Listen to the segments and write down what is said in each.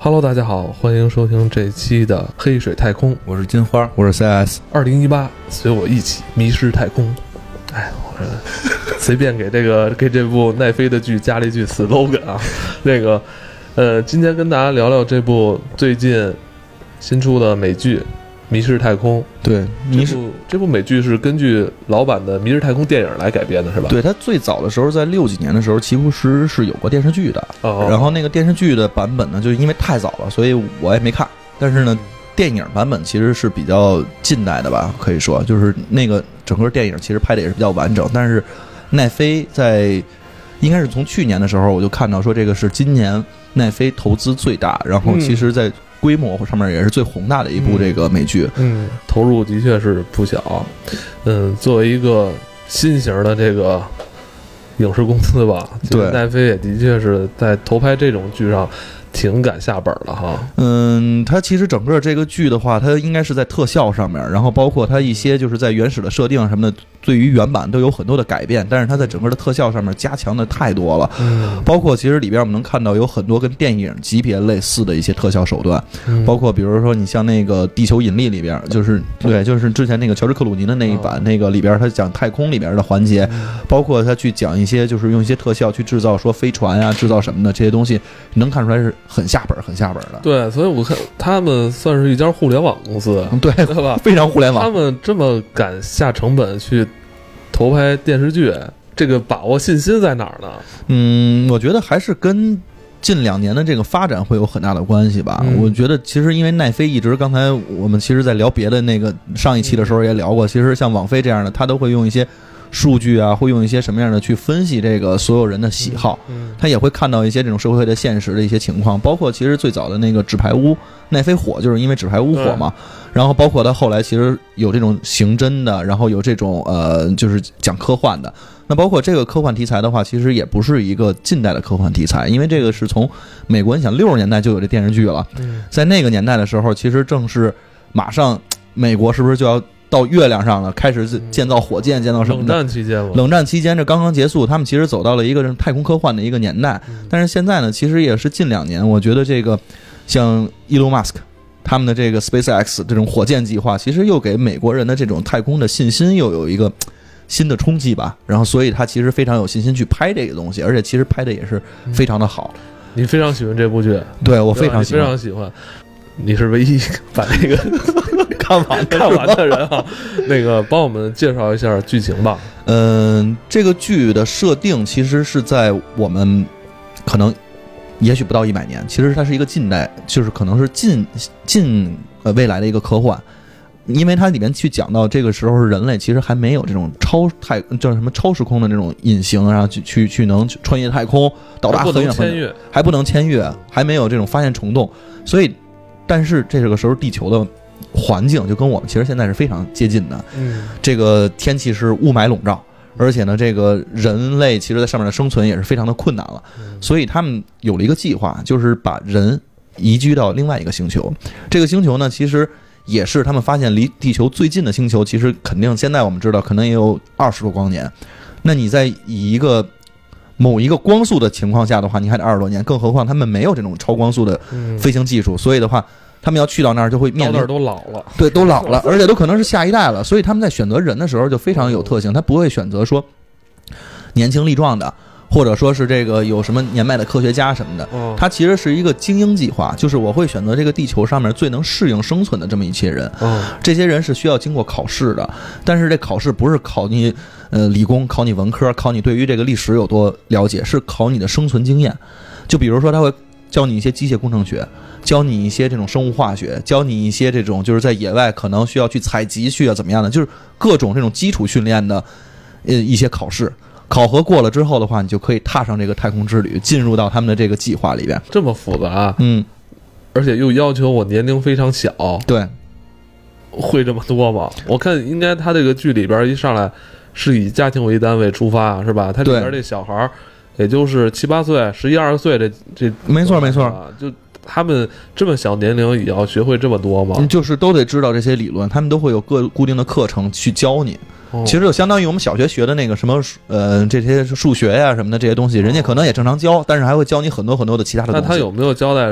Hello， 大家好，欢迎收听这期的黑水太空， 我是金花，我是 CS。 2018，随我一起迷失太空。哎，我随便给这部奈飞的剧加了一句 slogan 啊，今天跟大家聊聊这部最近新出的美剧《迷失太空》。 对， 这部美剧是根据老版的《迷失太空》电影来改编的，是吧？ 对，它最早的时候在60几年的时候，其实是有过电视剧的。然后那个电视剧的版本呢，就是因为太早了，所以我也没看。但是呢，电影版本其实是比较近代的吧，可以说就是那个整个电影其实拍的也是比较完整。但是奈飞在应该是从去年的时候，我就看到说这个是今年奈飞投资最大，然后其实在规模上面也是最宏大的一部这个美剧。 投入的确是不小。作为一个新型的这个影视公司吧，对，奈飞也的确是在投拍这种剧上挺敢下本了哈。 它其实整个这个剧的话，它应该是在特效上面，然后包括它一些就是在原始的设定什么的，对于原版都有很多的改变，但是它在整个的特效上面加强的太多了。包括其实里边我们能看到有很多跟电影级别类似的一些特效手段，包括比如说你像那个《地球引力》里边，就是之前那个乔治克鲁尼的那一版，那个里边他讲太空里边的环节，包括他去讲一些就是用一些特效去制造说飞船啊，制造什么的这些东西，你能看出来是很下本的。 对，所以我看他们算是一家互联网公司，对吧？ 非常互联网。 他们这么敢下成本去投拍电视剧，这个把握信心在哪儿呢？ 我觉得还是跟近2年的这个发展会有很大的关系吧。我觉得其实因为奈飞一直，刚才我们其实在聊别的那个上一期的时候也聊过，其实像网飞这样的，他都会用一些数据啊，会用一些什么样的去分析这个所有人的喜好，他也会看到一些这种社会的现实的一些情况，包括其实最早的那个纸牌屋，奈飞火就是因为纸牌屋火嘛，然后包括他后来其实有这种刑侦的，然后有这种就是讲科幻的。那包括这个科幻题材的话，其实也不是一个近代的科幻题材，因为这个是从美国，你想60年代就有这电视剧了，在那个年代的时候，其实正是马上美国是不是就要到月亮上了，开始建造火箭，建造什么的。冷战期间这刚刚结束，他们其实走到了一个太空科幻的一个年代。但是现在呢，其实也是近2年，我觉得这个像伊隆马斯克他们的这个 SpaceX 这种火箭计划，其实又给美国人的这种太空的信心又有一个新的冲击吧。然后所以他其实非常有信心去拍这个东西，而且其实拍的也是非常的好。 你非常喜欢这部剧？对，我非常喜欢。你是唯一把这个看完的人啊，帮我们介绍一下剧情吧。 这个剧的设定其实是在我们可能也许不到100年，其实它是一个近代，就是可能是近未来的一个科幻，因为它里面去讲到这个时候人类其实还没有这种叫什么超时空的这种隐形，然后去能穿越太空到达很远很远，还不能签约，还没有这种发现虫洞，所以。但是这个时候地球的环境就跟我们其实现在是非常接近的，这个天气是雾霾笼罩，而且呢这个人类其实在上面的生存也是非常的困难了，所以他们有了一个计划，就是把人移居到另外一个星球。这个星球呢其实也是他们发现离地球最近的星球，其实肯定现在我们知道可能也有20多光年，那你在以某一个光速的情况下的话，你还得20多年，更何况他们没有这种超光速的飞行技术，所以的话他们要去到那儿就会面临到那儿都老了， 对，都老了，而且都可能是下一代了，所以他们在选择人的时候就非常有特性，他不会选择说年轻力壮的，或者说是这个有什么年迈的科学家什么的，它其实是一个精英计划，就是我会选择这个地球上面最能适应生存的这么一些人，这些人是需要经过考试的，但是这考试不是考你理工，考你文科，考你对于这个历史有多了解，是考你的生存经验。就比如说他会教你一些机械工程学，教你一些这种生物化学，教你一些这种就是在野外可能需要去采集，需要怎么样的，就是各种这种基础训练的一些考试。考核过了之后的话，你就可以踏上这个太空之旅，进入到他们的这个计划里边。 这么复杂，而且又要求我年龄非常小， 对， 会这么多吗？我看应该他这个剧里边一上来是以家庭为单位出发，是吧？他里边这小孩也就是7、8岁、11、12岁这没错， 就他们这么小年龄也要学会这么多吗？ 就是都得知道这些理论，他们都会有固定的课程去教你。其实就相当于我们小学学的那个什么这些数学呀什么的这些东西，人家可能也正常教，但是还会教你很多很多的其他的东西。 那他有没有交代说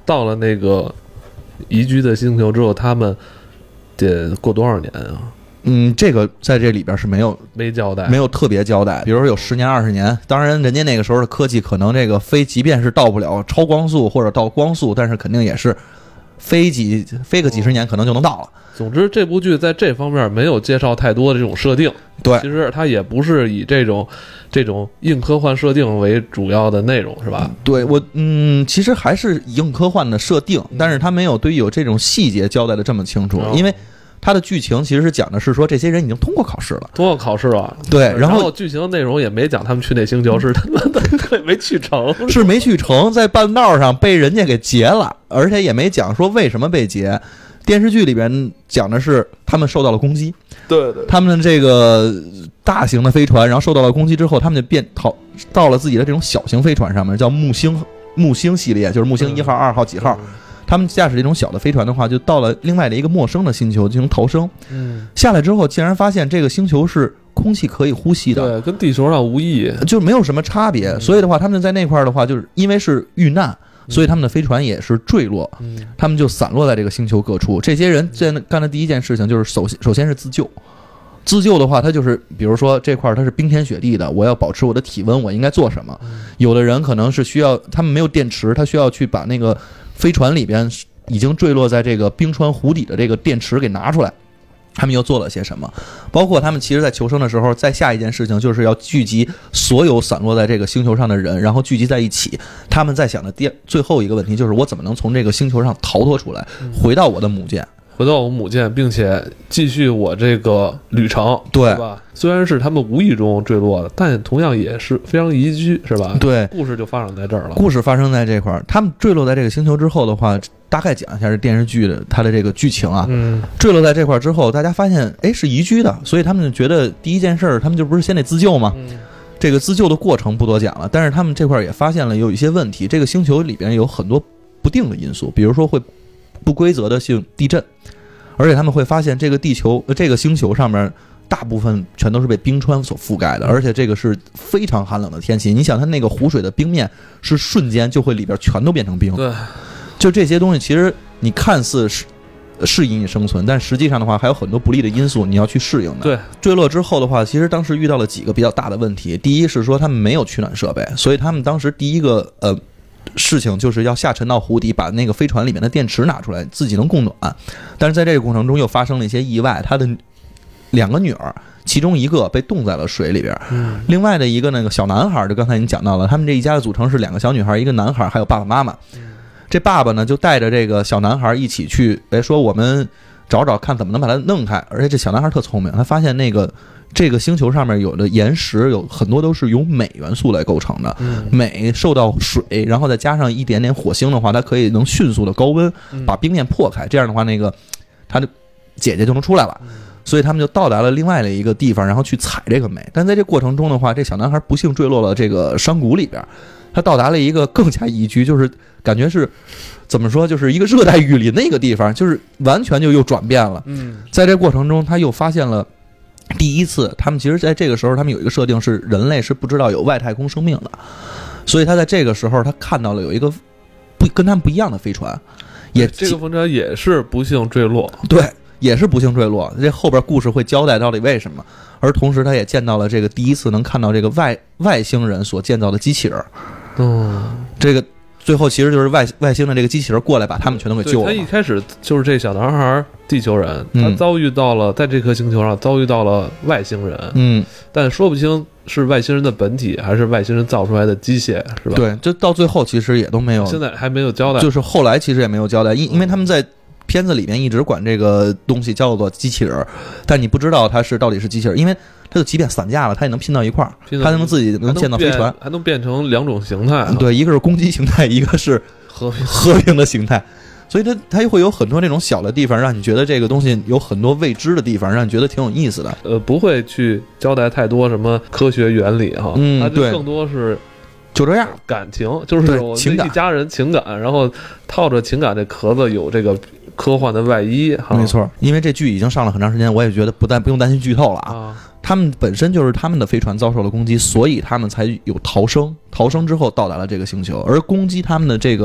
到了那个宜居的星球之后，他们得过多少年啊？ 这个在这里边是没交代， 没有特别交代。比如说有10年、20年，当然人家那个时候的科技可能这个即便是到不了超光速或者到光速，但是肯定也是飞个几十年可能就能到了。 总之，这部剧在这方面没有介绍太多的这种设定。 对， 其实它也不是以这种硬科幻设定为主要的内容，是吧？ 对，其实还是硬科幻的设定，但是它没有对于有这种细节交代的这么清楚，因为它的剧情其实是讲的是说这些人已经通过考试了，对，然后剧情内容也没讲他们去那星球，是他们的没去成， 是没去成，在半道上被人家给劫了，而且也没讲说为什么被劫。电视剧里边讲的是他们受到了攻击， 对， 他们的这个大型的飞船，然后受到了攻击之后，他们就到了自己的这种小型飞船上面，叫木星系列，就是木星1号、2号几号。他们驾驶这种小的飞船的话，就到了另外的一个陌生的星球进行逃生。下来之后，竟然发现这个星球是空气可以呼吸的， 对，跟地球上无异， 就没有什么差别。所以的话，他们在那块的话，就是因为是遇难。所以他们的飞船也是坠落，他们就散落在这个星球各处。这些人干的第一件事情就是首先是自救。自救的话，他就是比如说这块它是冰天雪地的，我要保持我的体温，我应该做什么？有的人可能是需要，他们没有电池，他需要去把那个飞船里边已经坠落在这个冰川湖底的这个电池给拿出来。他们又做了些什么？包括他们其实在求生的时候，在下一件事情就是要聚集所有散落在这个星球上的人，然后聚集在一起。他们在想的最后一个问题就是我怎么能从这个星球上逃脱出来，回到我的母舰，并且继续我这个旅程，对吧？虽然是他们无意中坠落的，但同样也是非常宜居，是吧？对，故事就发生在这儿了。 故事发生在这块，他们坠落在这个星球之后的话，大概讲一下这电视剧的它的这个剧情啊。坠落在这块之后，大家发现是宜居的，所以他们就觉得第一件事他们就不是先得自救吗？这个自救的过程不多讲了，但是他们这块也发现了有一些问题，这个星球里边有很多不定的因素，比如说会不规则的性地震，而且他们会发现这个星球上面大部分全都是被冰川所覆盖的，而且这个是非常寒冷的天气。你想它那个湖水的冰面是瞬间就会里边全都变成冰， 对， 就这些东西其实你看似适应你生存，但实际上的话还有很多不利的因素你要去适应的。 对， 坠落之后的话，其实当时遇到了几个比较大的问题。第一是说他们没有取暖设备，所以他们当时第一个事情就是要下沉到湖底，把那个飞船里面的电池拿出来，自己能供暖。但是在这个过程中又发生了一些意外，他的2个女儿，其中一个被冻在了水里边，另外的一个那个小男孩，就刚才已经讲到了，他们这一家的组成是2个小女孩，一个男孩，还有爸爸妈妈。这爸爸呢就带着这个小男孩一起去，说我们找看怎么能把它弄开。而且这小男孩特聪明，他发现这个星球上面有的岩石有很多都是由镁元素来构成的，镁受到水，然后再加上一点点火星的话，它可以能迅速的高温把冰面破开，这样的话他的姐姐就能出来了。所以他们就到达了另外的一个地方，然后去采这个镁。但在这过程中的话，这小男孩不幸坠落了这个山谷里边，他到达了一个更加宜居，就是感觉是怎么说，就是一个热带雨林的一个地方，就是完全就又转变了。在这过程中他又发现了第一次，他们其实在这个时候他们有一个设定是人类是不知道有外太空生命的，所以他在这个时候他看到了有一个跟他们不一样的飞船， 这个飞船也是不幸坠落， 对，也是不幸坠落。这后边故事会交代到底为什么。而同时他也见到了这个第一次能看到这个外星人所建造的机器人。这个最后其实就是外星的这个机器人过来把他们全都给救了。 他一开始就是这小男孩地球人，他遭遇到了在这颗星球上遭遇到了外星人，但说不清是外星人的本体还是外星人造出来的机械，是吧？ 对，这到最后其实也都没有， 现在还没有交代， 就是后来其实也没有交代，因为他们在片子里面一直管这个东西叫做机器人，但你不知道它到底是机器人，因为它就即便散架了，它也能拼到一块儿，它能自己能建造飞船， 还能变成2种形态。 对，一个是攻击形态，一个是和平的形态。所以它会有很多这种小的地方，让你觉得这个东西有很多未知的地方，让你觉得挺有意思的。 不会去交代太多什么科学原理哈，它就更多是就这样感情，就是我们一家人情感，然后套着情感这壳子有这个科幻的外衣。 没错，因为这剧已经上了很长时间，我也觉得不用担心剧透了啊。他们本身就是他们的飞船遭受了攻击，所以他们才有逃生之后到达了这个星球，而攻击他们的这个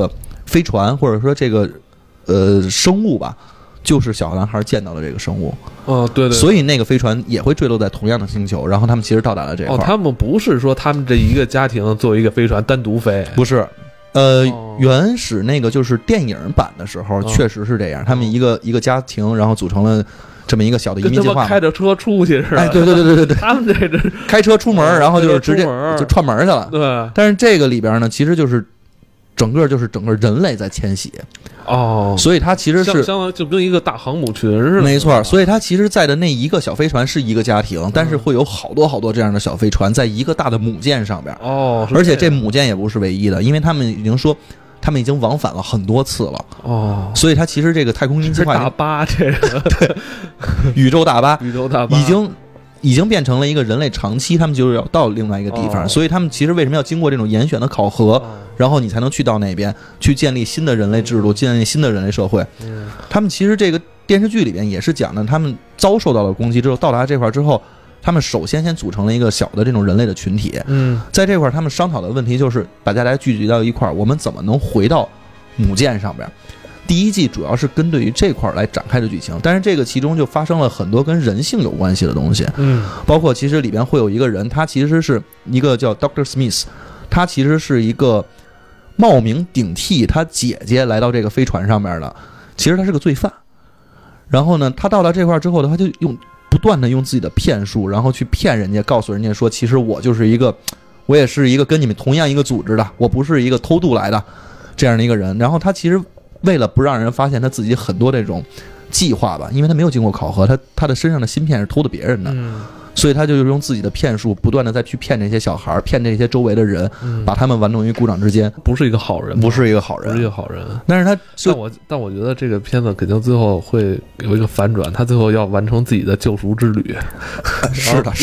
飞船或者说这个生物吧，就是小男孩见到的这个生物。 哦，对， 所以那个飞船也会坠落在同样的星球，然后他们其实到达了这块。 哦，他们不是说他们这一个家庭作为一个飞船单独飞， 不是。原始那个就是电影版的时候，确实是这样，他们一个家庭，然后组成了这么一个小的移民计划， 开着车出去是吧？ 哎，对， 他们这开车出门，然后就是直接就串门去了。 对， 但是这个里边呢，其实就是整个人类在迁徙。 哦， 所以它其实是相当于就跟一个大航母群似的。 没错，所以它其实在的那一个小飞船是一个家庭，但是会有好多这样的小飞船在一个大的母舰上边。 哦， 而且这母舰也不是唯一的，因为他们已经说他们已经往返了很多次了。 哦， 所以它其实这个太空军计划大巴这个对宇宙大巴已经变成了一个人类长期他们就是要到另外一个地方，所以他们其实为什么要经过这种严选的考核，然后你才能去到那边去建立新的人类制度，建立新的人类社会。他们其实这个电视剧里边也是讲的，他们遭受到了攻击之后，到达这块之后，他们首先组成了一个小的这种人类的群体。在这块他们商讨的问题就是把大家聚集到一块，我们怎么能回到母舰上边。第一季主要是针对于这块来展开的剧情，但是这个其中就发生了很多跟人性有关系的东西。包括其实里边会有一个人，他其实是一个叫 Dr. Smith， 他其实是一个冒名顶替他姐姐来到这个飞船上面的，其实他是个罪犯。然后呢，他到了这块之后的话，就不断的用自己的骗术，然后去骗人家，告诉人家说，其实我也是一个跟你们同样一个组织的，我不是一个偷渡来的这样的一个人。然后他其实为了不让人发现他自己很多这种计划吧，因为他没有经过考核，他的身上的芯片是偷的别人的。所以他就是用自己的骗术不断的再去骗这些小孩，骗这些周围的人，把他们玩弄于股掌之间。 不是一个好人， 不是一个好人。但是他但我觉得这个片子肯定最后会有一个反转，他最后要完成自己的救赎之旅。 是的，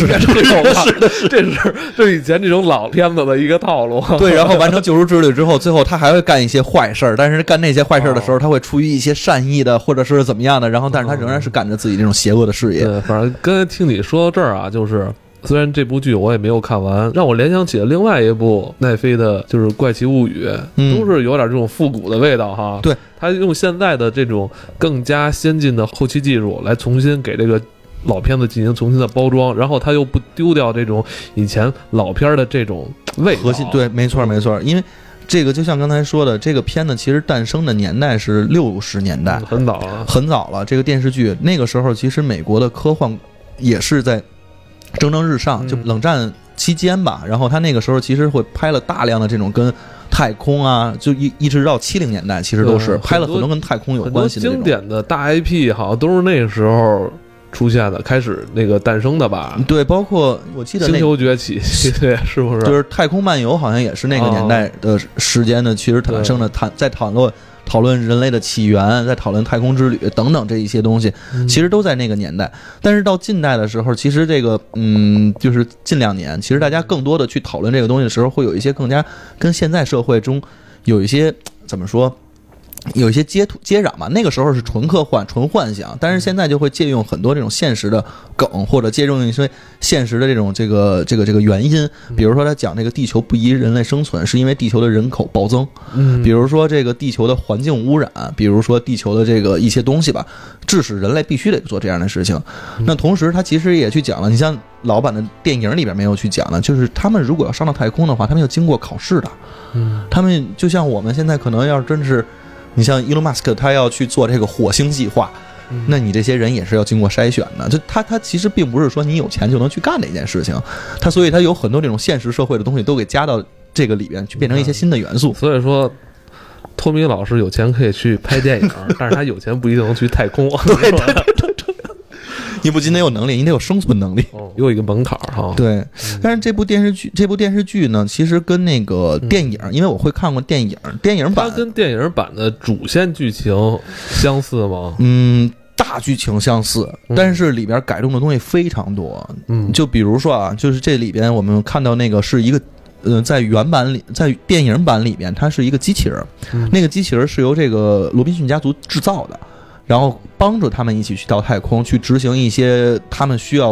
这是以前这种老片子的一个套路。 对，然后完成救赎之旅之后，最后他还会干一些坏事，但是干那些坏事的时候，他会出于一些善意的或者是怎么样的，然后但是他仍然是干着自己这种邪恶的事业。 对，反正刚才听你说到这儿啊，就是虽然这部剧我也没有看完，让我联想起了另外一部奈飞的，就是《怪奇物语》，都是有点这种复古的味道哈。 对， 他用现在的这种更加先进的后期技术来重新给这个老片子进行重新的包装，然后他又不丢掉这种以前老片的这种味道。 核心对，没错，因为这个就像刚才说的，这个片子其实诞生的年代是60年代， 很早了。这个电视剧那个时候，其实美国的科幻也是在蒸蒸日上，就冷战期间吧。然后他那个时候其实会拍了大量的这种跟太空啊，就一直到70年代，其实都是拍了很多跟太空有关系的经典的大 IP， 好像都是那个时候出现的，开始那个诞生的吧？ 对，包括我记得星球崛起，对，是不是？ 就是太空漫游，好像也是那个年代的时间的，其实产生的在讨论人类的起源，在讨论太空之旅等等这一些东西，其实都在那个年代。但是到近代的时候，其实这个就是近2年，其实大家更多的去讨论这个东西的时候，会有一些更加跟现在社会中有一些怎么说？有一些接壤嘛，那个时候是纯科幻、纯幻想，但是现在就会借用很多这种现实的梗，或者借用一些现实的这种这个原因。比如说，他讲这个地球不宜人类生存，是因为地球的人口暴增。比如说这个地球的环境污染，比如说地球的这个一些东西吧，致使人类必须得做这样的事情。那同时，他其实也去讲了，你像老版的电影里边没有去讲的，就是他们如果要上到太空的话，他们要经过考试的。他们就像我们现在可能要真是。你像伊隆马斯克，他要去做这个火星计划，那你这些人也是要经过筛选的。就他其实并不是说你有钱就能去干这件事情，所以他有很多这种现实社会的东西都给加到这个里边去，变成一些新的元素。 所以说，托米老师有钱可以去拍电影，但是他有钱不一定能去太空。 对。你不仅得有能力，你得有生存能力， 有一个门槛哈。 对，但是这部电视剧呢，其实跟那个电影，因为我会看过电影版， 它跟电影版的主线剧情相似吗？ 大剧情相似，但是里边改动的东西非常多。就比如说啊，就是这里边我们看到那个是一个。在原版里，在电影版里边，它是一个机器人，那个机器人是由这个罗宾逊家族制造的。然后帮助他们一起去到太空，去执行一些他们需要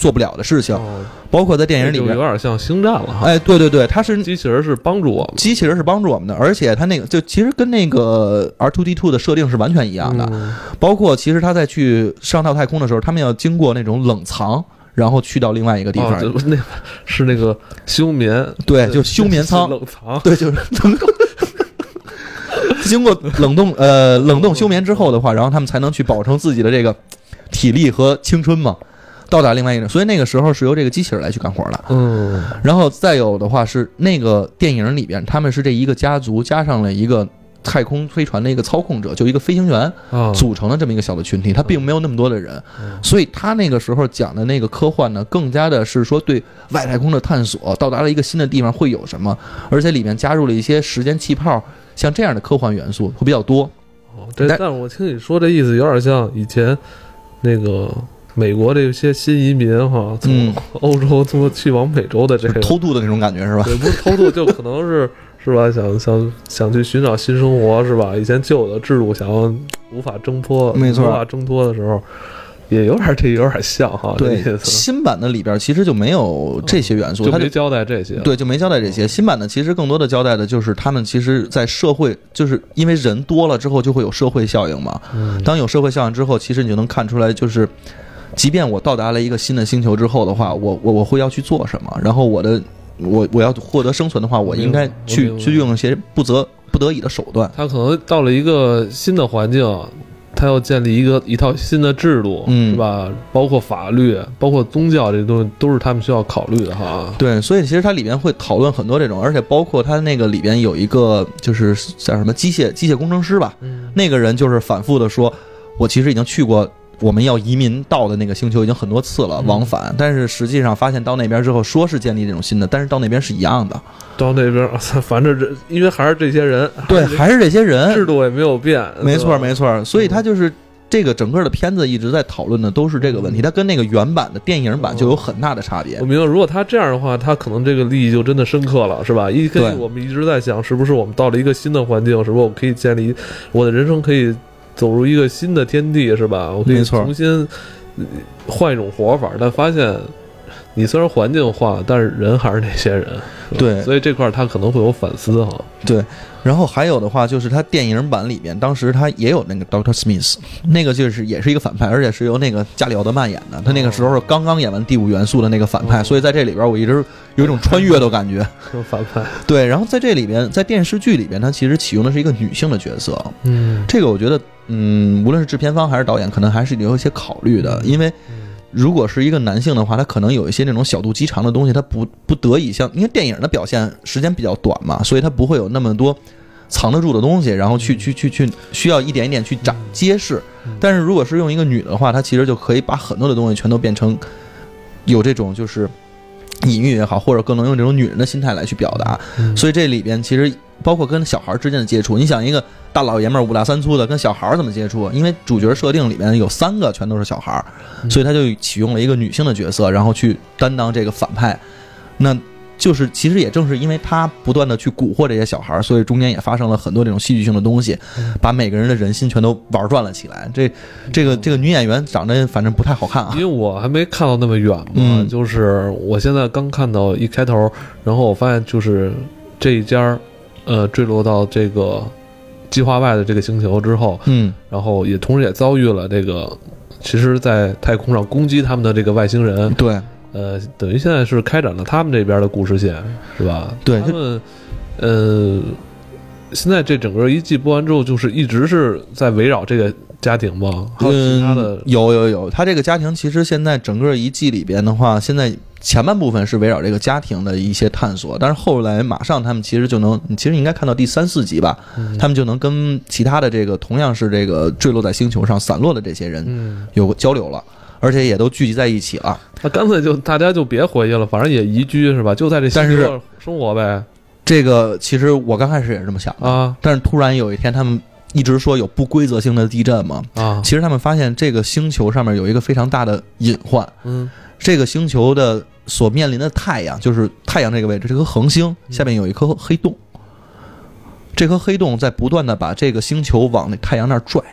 做不了的事情。包括在电影里边有点像星战了哈。 哎，对对对，它是机器人是帮助我们， 机器人是帮助我们的，而且它那个就其实跟那个 R2D2 的设定是完全一样的。包括其实他在去上到太空的时候，他们要经过那种冷藏，然后去到另外一个地方。 那是那个休眠， 对，就休眠舱， 冷藏， 对，就是经过冷冻休眠之后的话，然后他们才能去保证自己的这个体力和青春嘛。到达另外一个，所以那个时候是由这个机器人来去干活的。然后再有的话是那个电影里边，他们是这一个家族加上了一个太空飞船的一个操控者，就一个飞行员组成的这么一个小的群体，他并没有那么多的人，所以他那个时候讲的那个科幻呢，更加的是说对外太空的探索，到达了一个新的地方会有什么，而且里面加入了一些时间气泡，像这样的科幻元素会比较多。 但是我听你说这意思有点像以前那个美国这些新移民哈，从欧洲去往美洲的这个偷渡的那种感觉是吧？ 对，不是偷渡，就可能是吧？想去寻找新生活是吧？以前旧有的制度无法挣脱， 没错， 无法挣脱的时候，也有点像哈。 对， 这意思新版的里边其实就没有这些元素， 就没交代这些。 对，就没交代这些。新版的其实更多的交代的就是他们其实在社会，就是因为人多了之后就会有社会效应嘛。当有社会效应之后，其实你就能看出来，就是即便我到达了一个新的星球之后的话，我会要去做什么，然后我要获得生存的话，我应该去用一些不得已的手段。 他可能到了一个新的环境，他要建立一套新的制度，是吧？包括法律，包括宗教，这东西都是他们需要考虑的哈。 对，所以其实它里边会讨论很多这种，而且包括它那个里边有一个就是叫什么机械工程师吧，那个人就是反复的说，我其实已经去过我们要移民到的那个星球已经很多次了，往返，但是实际上发现到那边之后说是建立这种新的，但是到那边是一样的。 到那边反正因为还是这些人， 对，还是这些人， 制度也没有变。 没错没错，所以他就是这个整个的片子一直在讨论的都是这个问题，它跟那个原版的电影版就有很大的差别。 我明白，如果他这样的话，他可能这个利益就真的深刻了，是吧？我们一直在想，是不是我们到了一个新的环境，是不是我可以建立我的人生可以走入一个新的天地，是吧？我可以重新换一种活法，但发现你虽然环境换，但是人还是那些人。 对， 所以这块他可能会有反思哈。 对，然后还有的话就是他电影版里面，当时他也有那个 Dr. Smith， 那个就是也是一个反派，而且是由那个加里奥德曼演的。他那个时候刚刚演完《第五元素》的那个反派，所以在这里边我一直有一种穿越的感觉。 反派。 对，然后在这里边，在电视剧里边，他其实启用的是一个女性的角色。这个我觉得，无论是制片方还是导演，可能还是有一些考虑的，因为如果是一个男性的话，他可能有一些那种小肚鸡肠的东西，他不得已像，因为电影的表现时间比较短嘛，所以他不会有那么多藏得住的东西，然后去需要一点一点去揭示。但是如果是用一个女的话，她其实就可以把很多的东西全都变成有这种就是隐喻也好，或者更能用这种女人的心态来去表达。所以这里边其实包括跟小孩之间的接触，你想一个大老爷们儿5大3粗的跟小孩怎么接触？因为主角设定里面有3个全都是小孩，所以他就启用了一个女性的角色，然后去担当这个反派。那就是其实也正是因为他不断的去蛊惑这些小孩，所以中间也发生了很多这种戏剧性的东西，把每个人的人心全都玩转了起来。这个女演员长得反正不太好看啊， 因为我还没看到那么远嘛，就是我现在刚看到一开头，然后我发现就是这一家坠落到这个计划外的这个星球之后，然后也同时也遭遇了这个其实在太空上攻击他们的这个外星人。 对， 等于现在是开展了他们这边的故事线，是吧？ 对， 他们现在这整个一季播完之后，就是一直是在围绕这个家庭吗？还有其他的？ 有，他这个家庭其实现在整个一季里边的话，现在前半部分是围绕这个家庭的一些探索，但是后来马上他们其实应该看到第3、4集吧，他们就能跟其他的这个同样是这个坠落在星球上散落的这些人有个交流了。而且也都聚集在一起了， 那干脆大家就别回去了，反正也移居是吧？就在这星球生活呗。 这个其实我刚开始也是这么想的啊，但是突然有一天，他们一直说有不规则性的地震嘛啊，其实他们发现这个星球上面有一个非常大的隐患，这个星球的所面临的太阳，就是太阳这个位置，这颗恒星下面有一颗黑洞，这颗黑洞在不断的把这个星球往那太阳那儿拽。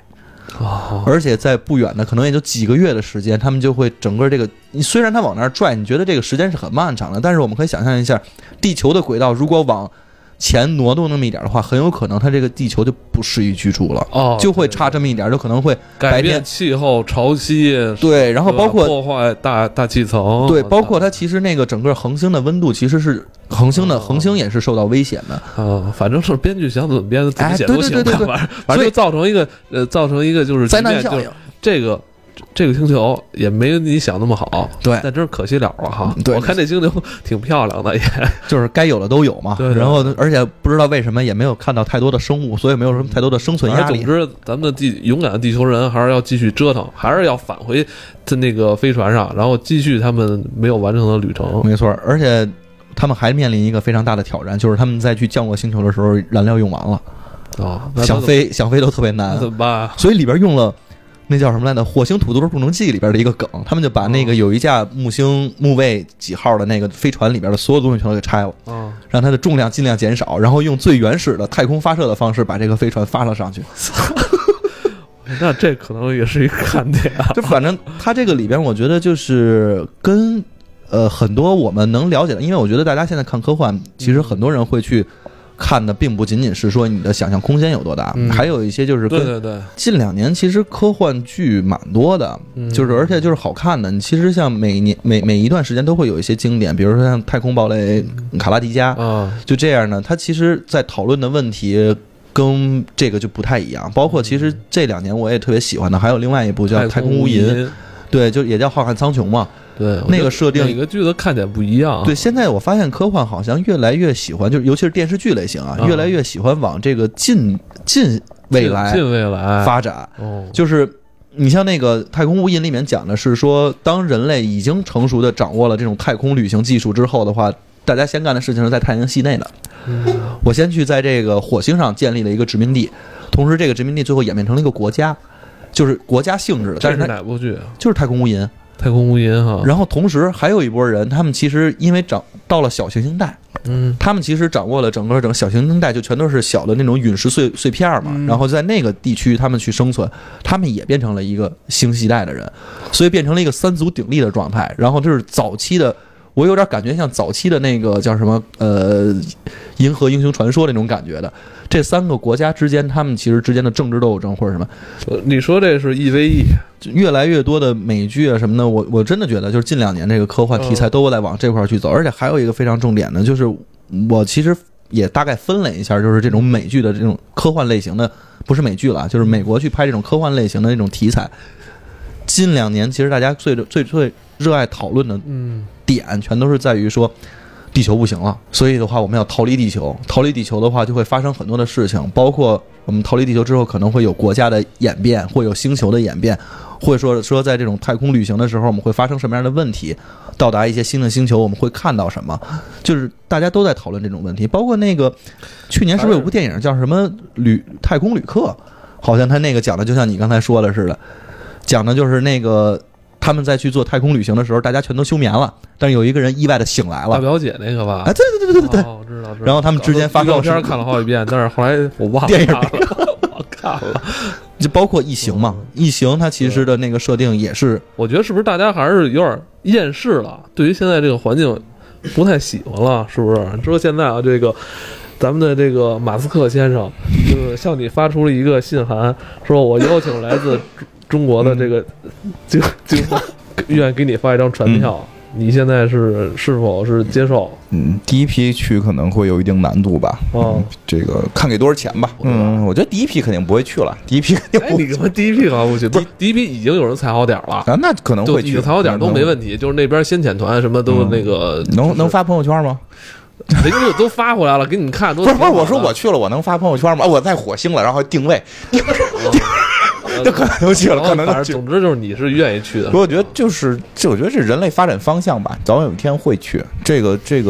而且在不远的可能也就几个月的时间，他们就会整个这个，虽然它往那儿拽，你觉得这个时间是很漫长的，但是我们可以想象一下，地球的轨道如果往前挪动那么一点的话，很有可能它这个地球就不适宜居住了，就会差这么一点，就可能会改变气候、潮汐， 对，然后包括破坏大气层， 对，包括它其实那个整个恒星的温度其实是恒星也是受到危险的反正是编剧想怎么编怎么写都行， 对， 反正就造成一个就是灾难效应， 这个星球也没你想那么好， 对， 但真是可惜了哈。 对， 我看这星球挺漂亮的，也就是该有的都有嘛。 对， 然后而且不知道为什么也没有看到太多的生物，所以没有什么太多的生存压力。 总之，咱们的勇敢的地球人还是要继续折腾，还是要返回在那个飞船上，然后继续他们没有完成的旅程。 没错，而且他们还面临一个非常大的挑战，就是他们在去降落星球的时候，燃料用完了想飞都特别难， 怎么办？ 所以里边用了。那叫什么来着？《火星土豆种记》里边的一个梗，他们就把那个有一架木卫几号的那个飞船里边的所有东西全都给拆了，让它的重量尽量减少，然后用最原始的太空发射的方式把这个飞船发了上去。 那这可能也是一个看点啊。 就反正它这个里边，我觉得就是跟很多我们能了解的，因为我觉得大家现在看科幻，其实很多人会去。看的并不仅仅是说你的想象空间有多大，还有一些就是对近2年其实科幻剧蛮多的，就是而且就是好看的。你其实像每一段时间都会有一些经典，比如说像《太空堡垒》卡拉迪加就这样的。它其实在讨论的问题跟这个就不太一样。包括其实这2年我也特别喜欢的，还有另外一部叫《太空无垠》，对，就也叫《浩瀚苍穹》嘛。 对， 那个设定每个剧的看点不一样。 对，现在我发现科幻好像越来越喜欢，就是尤其是电视剧类型啊，越来越喜欢往这个近未来发展。就是你像那个《太空无垠》里面讲的是说，当人类已经成熟的掌握了这种太空旅行技术之后的话，大家先干的事情是在太阳系内的。我先去在这个火星上建立了一个殖民地，同时这个殖民地最后演变成了一个国家，就是国家性质的。 这是哪部剧啊？ 就是《太空无垠》。 太空无垠哈， 然后同时还有一波人，他们其实因为到了小行星带，他们其实掌握了整个小行星带，就全都是小的那种陨石碎片嘛，然后在那个地区他们去生存，他们也变成了一个星系带的人，所以变成了一个3足鼎立的状态。然后就是早期的，我有点感觉像早期的那个叫什么银河英雄传说那种感觉的。这3个国家之间，他们其实之间的政治斗争或者什么， 你说这是 EVE， 越来越多的美剧啊什么的，我真的觉得就是近2年这个科幻题材都在往这块去走，而且还有一个非常重点的，就是我其实也大概分了一下，就是这种美剧的这种科幻类型的，不是美剧了，就是美国去拍这种科幻类型的那种题材，近2年其实大家最热爱讨论的点，全都是在于说。地球不行了，所以的话我们要逃离地球。逃离地球的话，就会发生很多的事情，包括我们逃离地球之后，可能会有国家的演变，会有星球的演变，或者说在这种太空旅行的时候，我们会发生什么样的问题？到达一些新的星球，我们会看到什么？就是大家都在讨论这种问题。包括那个去年是不是有部电影叫什么太空旅客？好像他那个讲的就像你刚才说的似的，讲的就是那个。他们在去做太空旅行的时候，大家全都休眠了，但是有一个人意外的醒来了。 大表姐那个吧？ 对， 我知道。 然后他们之间发生照片看了好几遍，但是后来我忘了。 电影我看了， 就包括异形嘛，异形它其实的那个设定也是， 我觉得是不是大家还是有点厌世了？对于现在这个环境不太喜欢了，是不是？说现在啊，这个。咱们的这个马斯克先生，就是向你发出了一个信函，说我邀请来自中国的这个经方，愿意给你发一张船票。你现在是否是接受？ 第一批去可能会有一定难度吧。这个看给多少钱吧。我觉得第一批肯定不会去了。第一批肯定不会。 你们第一批好不去？不是第一批已经有人踩好点了啊，那可能会去。 踩好点都没问题，就是那边先遣团什么都那个。 能发朋友圈吗？ 人家都发回来了，给你们看。不是，我说我去了，我能发朋友圈吗？我在火星了，然后定位，这可能去了，可能去。 总之就是你是愿意去的。 我觉得我觉得这人类发展方向吧，早晚有一天会去。这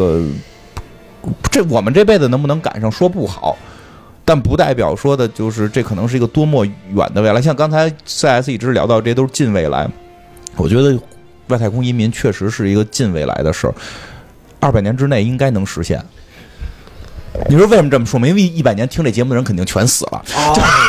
我们这辈子能不能赶上说不好，但不代表说的就是这可能是一个多么远的未来。像刚才 CS 一直聊到，这都是近未来。我觉得外太空移民确实是一个近未来的事儿。200年之内应该能实现。你说为什么这么说吗？因为100年听这节目的人肯定全死了。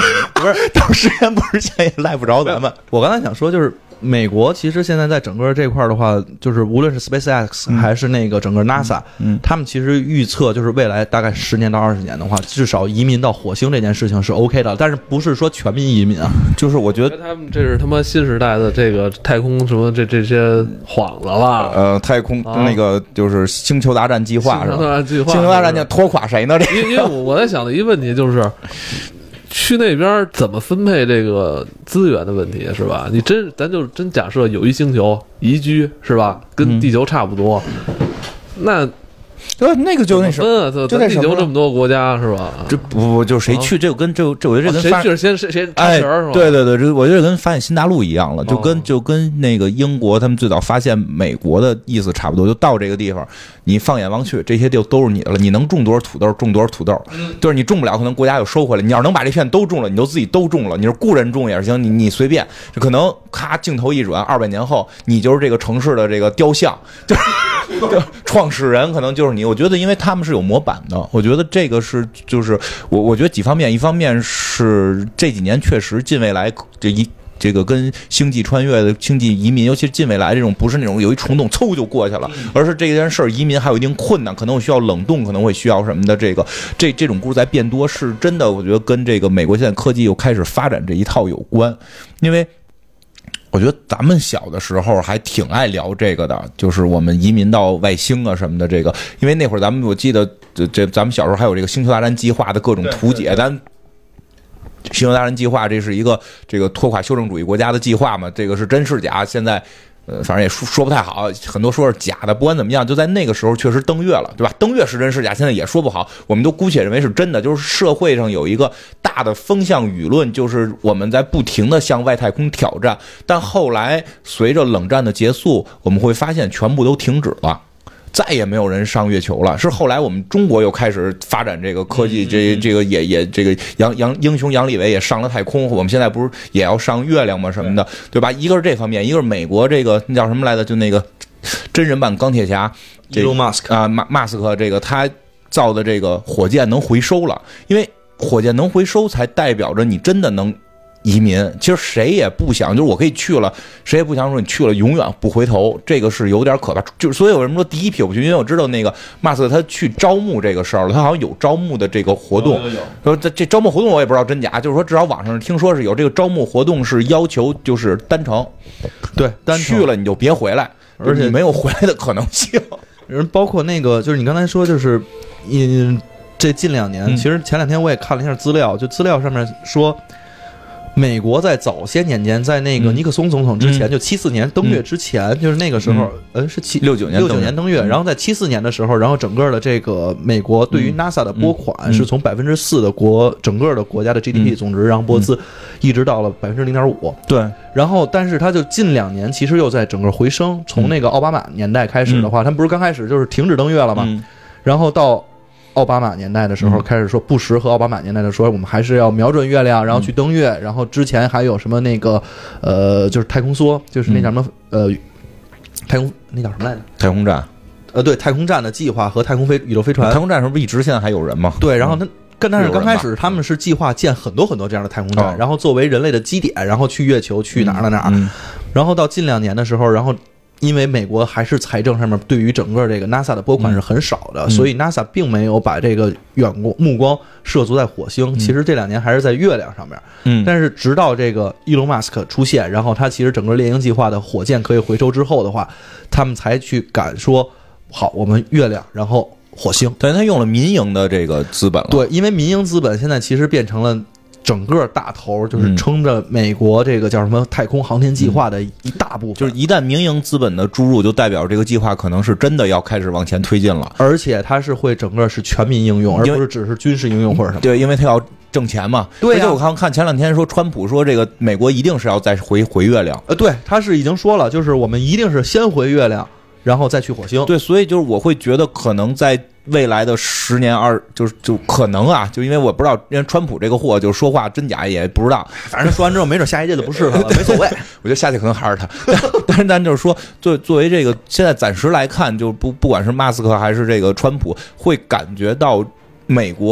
不是到实现不实现也赖不着咱们。 我刚才想说就是美国其实现在在整个这块的话，就是无论是 SpaceX 还是那个整个 NASA，他们其实预测就是未来大概10年到20年的话，至少移民到火星这件事情是 OK 的，但是不是说全民移民啊？ 就是我觉得他们这是他妈新时代的这个太空什么这些幌子了。 太空那个就是星球大战计划是吧？星球大战拖垮谁呢？ 因为我在想的一个问题就是。去那边怎么分配这个资源的问题是吧？咱就真假设有一星球宜居是吧，跟地球差不多，那那个就那什么， 就地球这么多国家是吧？ 这不就谁去？这跟这我觉得这跟谁去先谁插旗是吧？ 对对对，这我觉得跟发现新大陆一样了，就跟那个英国他们最早发现美国的意思差不多。就到这个地方，你放眼望去，这些地都是你的了，你能种多少土豆种多少土豆，就是你种不了，可能国家又收回来。你要是能把这片都种了，你就自己都种了。你是雇人种也是行，你随便，就可能咔镜头一转，200年后你就是这个城市的这个雕像，就创始人可能就是你。我觉得因为他们是有模板的，我觉得这个是就是我觉得几方面，一方面是这几年确实近未来这个跟星际穿越的星际移民，尤其是近未来这种不是那种有一冲动嗖就过去了，而是这件事儿移民还有一定困难，可能需要冷冻，可能会需要什么的，这种故事在变多，是真的。我觉得跟这个美国现在科技又开始发展这一套有关，因为我觉得咱们小的时候还挺爱聊这个的，就是我们移民到外星啊什么的。这个，因为那会儿我记得咱们小时候还有这个星球大战计划的各种图解，咱星球大战计划这是一个这个拖垮修正主义国家的计划嘛，这个是真是假？现在反正也说不太好，很多说是假的。不管怎么样，就在那个时候确实登月了，对吧？登月是真是假，现在也说不好，我们都姑且认为是真的。就是社会上有一个大的风向舆论，就是我们在不停的向外太空挑战。但后来随着冷战的结束，我们会发现全部都停止了。再也没有人上月球了，是后来我们中国又开始发展这个科技，这个也这个英雄杨利伟也上了太空，我们现在不是也要上月亮吗？什么的，对吧？一个是这方面，一个是美国这个那叫什么来着？就那个真人版钢铁侠 ，Elon Musk 啊，马斯克这个他造的这个火箭能回收了，因为火箭能回收才代表着你真的能移民。其实谁也不想，就是我可以去了，谁也不想说你去了永远不回头，这个是有点可怕。就是所以有人说第一批我去，因为我知道那个马斯克他去招募这个事儿了，他好像有招募的这个活动。说这招募活动我也不知道真假，就是说至少网上听说是有这个招募活动，是要求就是单程， 对，单程去了你就别回来，而且没有回来的可能性。 人包括那个就是你刚才说就是这近2年，其实前2天我也看了一下资料，就资料上面说。美国在早些年间，在那个尼克松总统之前，就74年登月之前，就是那个时候，是69年登月。然后在74年的时候，然后整个的这个美国对于 NASA 的拨款是从4%的整个的国家的 GDP 总值，然后拨资一直到了0.5%。 对。 然后，但是它就近2年其实又在整个回升，从那个奥巴马年代开始的话，他们不是刚开始就是停止登月了吗？然后到奥巴马年代的时候开始说，布什和奥巴马年代的说我们还是要瞄准月亮，然后去登月。然后之前还有什么那个就是太空梭，就是那叫什么太空那叫什么来着？ 太空站。 对，太空站的计划和宇宙飞船。 太空站是不是一直现在还有人吗？ 对，然后但是刚开始他们是计划建很多很多这样的太空站，然后作为人类的基点，然后去月球，去哪儿。然后到近2年的时候，然后。因为美国还是财政上面对于整个这个 NASA 的拨款是很少的，所以 NASA 并没有把这个目光涉足在火星，其实这2年还是在月亮上面。但是直到这个伊隆马斯克出现，然后他其实整个猎鹰计划的火箭可以回收之后的话，他们才去敢说好，我们月亮，然后火星。 对，他用了民营的这个资本了。 对，因为民营资本现在其实变成了。整个大头就是撑着美国这个叫什么太空航天计划的一大部分， 就是一旦民营资本的注入，就代表这个计划可能是真的要开始往前推进了， 而且它是会整个是全民应用，而不是只是军事应用或者什么。 对，因为它要挣钱嘛。 对而且我看前2天说，川普说这个美国一定是要再回月亮。 对，他是已经说了，就是我们一定是先回月亮，然后再去火星。 对，所以就是我会觉得可能在。未来的10年就可能啊，就因为我不知道，因为川普这个货就说话真假也不知道， 反正说完之后，没准下一届就不是他了，没所谓。 我觉得下届可能还是他，但是咱就是说，作为这个现在暂时来看，就不管是马斯克还是这个川普，会感觉到美国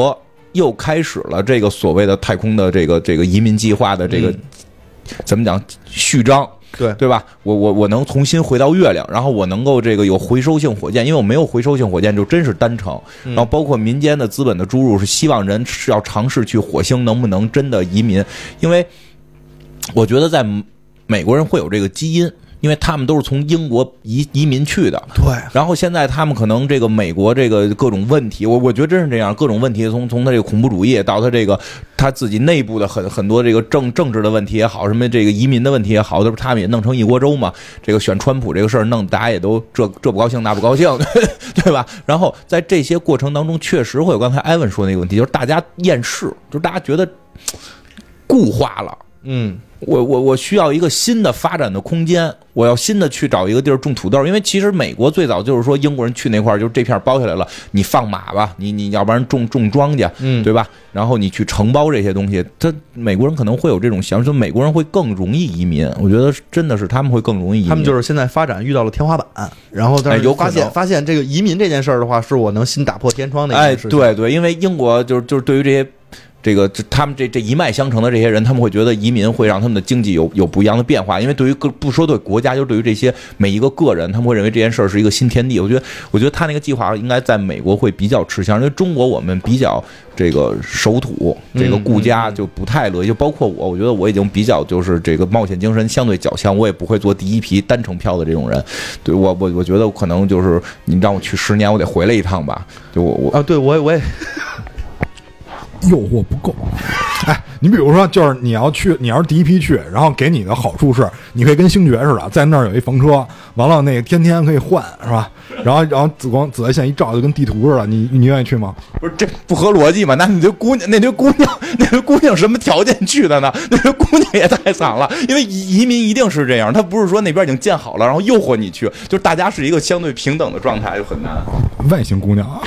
又开始了这个所谓的太空的这个移民计划的这个、怎么讲序章。对吧？我能重新回到月亮，然后我能够这个有回收性火箭，因为我没有回收性火箭就真是单程。然后包括民间的资本的注入，是希望人是要尝试去火星能不能真的移民，因为我觉得在美国人会有这个基因。因为他们都是从英国移民去的， 对。 然后现在他们可能这个美国这个各种问题，我觉得真是这样，各种问题从他这个恐怖主义到他这个他自己内部的很多这个政治的问题也好，什么这个移民的问题也好，都是他们也弄成一锅粥嘛。这个选川普这个事儿弄，大家也都这不高兴那不高兴，对吧？然后在这些过程当中，确实会有刚才艾文说那个问题，就是大家厌世，就是大家觉得固化了。我需要一个新的发展的空间，我要新的去找一个地儿种土豆，因为其实美国最早就是说英国人去那块儿，就是这片包下来了，你放马吧，你要不然种庄稼，对吧？然后你去承包这些东西，美国人可能会有这种想法，说美国人会更容易移民，我觉得真的是他们会更容易移民。 他们就是现在发展遇到了天花板，然后但是发现这个移民这件事儿的话，是我能新打破天窗的一件事情。 对，因为英国就是对于这些。他们这一脉相承的这些人，他们会觉得移民会让他们的经济有不一样的变化，因为对于不说对国家，就对于这些每一个个人，他们会认为这件事儿是一个新天地。我觉得他那个计划应该在美国会比较吃香，因为中国我们比较这个守土，这个顾家就不太乐意。就包括我觉得我已经比较就是这个冒险精神相对较强，我也不会做第一批单程票的这种人。对我觉得可能就是你让我去10年，我得回来一趟吧。就我也。 诱惑不够，哎，你比如说，就是你要是第一批去，然后给你的好处是，你可以跟星爵似的，在那儿有一房车，完了那个天天可以换，是吧？然后紫外线一照，就跟地图似的，你愿意去吗？ 不是，这不合逻辑嘛？那堆姑娘什么条件去的呢？那堆姑娘也太惨了，因为移民一定是这样，他不是说那边已经建好了，然后诱惑你去，就是大家是一个相对平等的状态，就很难。 外星姑娘啊。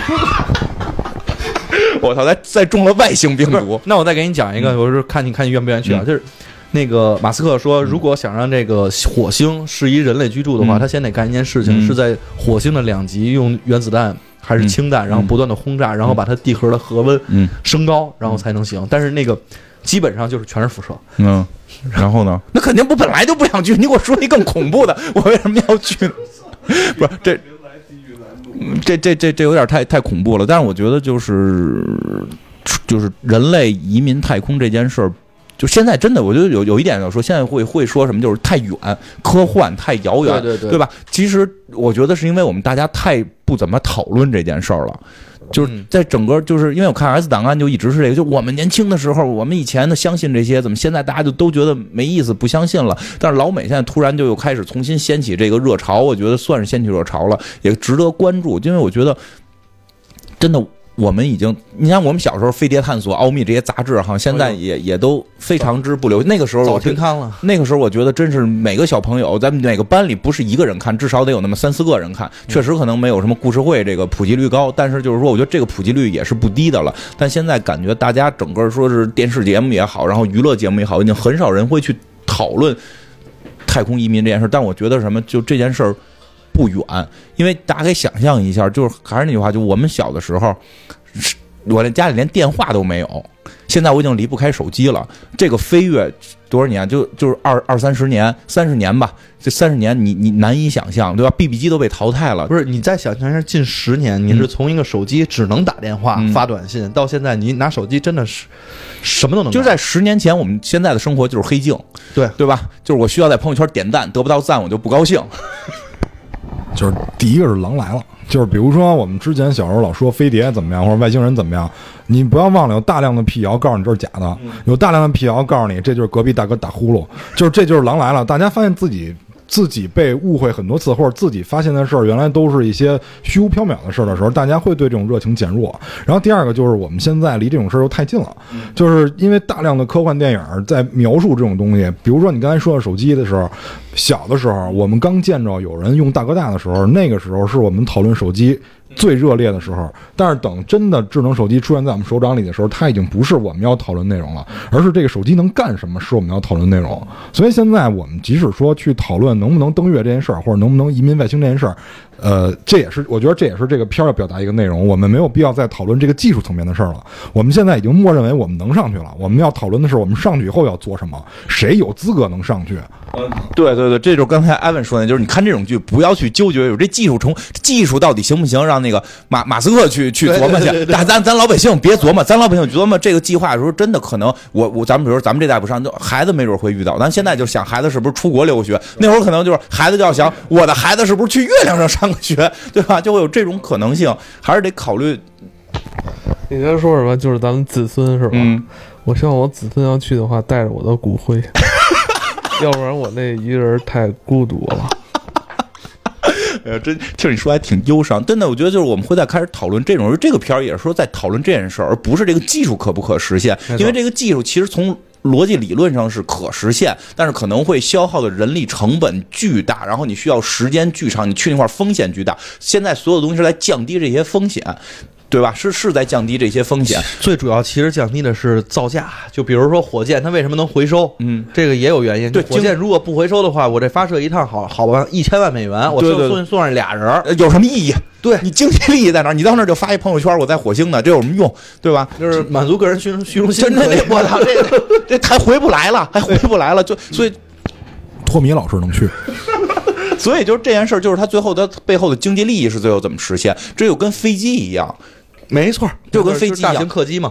我操！再中了外星病毒。 那我再给你讲一个，我是看你愿不愿意去啊？就是那个马斯克说，如果想让这个火星适宜人类居住的话，他先得干一件事情，是在火星的2极用原子弹还是氢弹，然后不断的轰炸，然后把它地核的核温升高，然后才能行。但是那个基本上就是全是辐射。 然后呢？那肯定本来就不想去。你给我说一更恐怖的，我为什么要去？不是这有点太恐怖了，但是我觉得就是人类移民太空这件事儿，就现在真的，我觉得有一点要说，现在会说什么，就是太远、科幻、太遥远，对吧？其实我觉得是因为我们大家太不怎么讨论这件事儿了。就是在整个，就是因为我看 S 档案就一直是这个，就我们年轻的时候，我们以前的相信这些，怎么现在大家就都觉得没意思，不相信了？但是老美现在突然就又开始重新掀起这个热潮，我觉得算是掀起热潮了，也值得关注，因为我觉得真的。我们已经，你看我们小时候《飞碟探索》《奥秘》这些杂志，好像现在也都非常之不流行。那个时候早听看了， 那个时候我觉得真是每个小朋友在每个班里不是一个人看，至少得有那么3-4个人看。确实可能没有什么故事会这个普及率高，但是就是说，我觉得这个普及率也是不低的了。但现在感觉大家整个说是电视节目也好，然后娱乐节目也好，已经很少人会去讨论太空移民这件事。但我觉得什么，就这件事儿。不远，因为大家可以想象一下，就是还是那句话，就我们小的时候，我家里连电话都没有，现在我已经离不开手机了。这个飞跃多少年？就是20-30年、30年吧。这30年你难以想象，对吧 ？BB 机都被淘汰了。 不是，你再想象一下，近10年，你是从一个手机只能打电话、发短信，到现在你拿手机真的是什么都能干。 就在10年前，我们现在的生活就是黑镜，对吧？就是我需要在朋友圈点赞，得不到赞我就不高兴。 就是第一个是狼来了，就是比如说我们之前小时候老说飞碟怎么样或者外星人怎么样，你不要忘了有大量的辟谣告诉你这是假的，有大量的辟谣告诉你这就是隔壁大哥打呼噜，这就是狼来了。大家发现自己被误会很多次，或者自己发现的事儿原来都是一些虚无缥缈的事儿的时候，大家会对这种热情减弱。然后第二个就是我们现在离这种事儿又太近了，就是因为大量的科幻电影在描述这种东西。比如说你刚才说的手机的时候，小的时候我们刚见着有人用大哥大的时候，那个时候是我们讨论手机最热烈的时候，但是等真的智能手机出现在我们手掌里的时候，它已经不是我们要讨论内容了，而是这个手机能干什么是我们要讨论内容。所以现在我们即使说去讨论能不能登月这件事儿，或者能不能移民外星这件事儿， 这也是我觉得这也是这个片儿要表达一个内容，我们没有必要再讨论这个技术层面的事儿了。我们现在已经默认为我们能上去了，我们要讨论的是我们上去以后要做什么，谁有资格能上去。 对对对，这就是刚才艾文说的，就是你看这种剧不要去纠结有这技术到底行不行，让那个马斯克去琢磨去，但咱老百姓别琢磨，咱老百姓琢磨这个计划的时候，真的可能咱们比如说咱们这代不上，孩子没准会遇到，咱现在就想孩子是不是出国留学，那会儿可能就是孩子就要想我的孩子是不是去月亮上上个学，对吧？就会有这种可能性，还是得考虑。 你刚才说什么？就是咱们子孙是吧？我希望我子孙要去的话，带着我的骨灰。要不然我那一个人太孤独了。 真听你说还挺忧伤，真的。我觉得就是我们会再开始讨论这种，这个片儿也是说在讨论这件事儿，而不是这个技术可不可实现。因为这个技术其实从逻辑理论上是可实现，但是可能会消耗的人力成本巨大，然后你需要时间巨长，你去那块风险巨大。现在所有东西是在降低这些风险。对吧？是在降低这些风险， 最主要其实降低的是造价。就比如说火箭，它为什么能回收？这个也有原因。 对， 火箭如果不回收的话，我这发射一趟好吧，1000万美元，我送上俩人， 有什么意义？ 对， 你经济利益在哪儿？你到那儿就发一朋友圈，我在火星呢，这有什么用？对吧？ 就是满足个人虚荣心。 我操，这还回不来了，就所以托米老师能去。 所以就是这件事，就是他最后的背后的经济利益是最后怎么实现？这就跟飞机一样。 没错， 就跟飞机一样， 大型客机嘛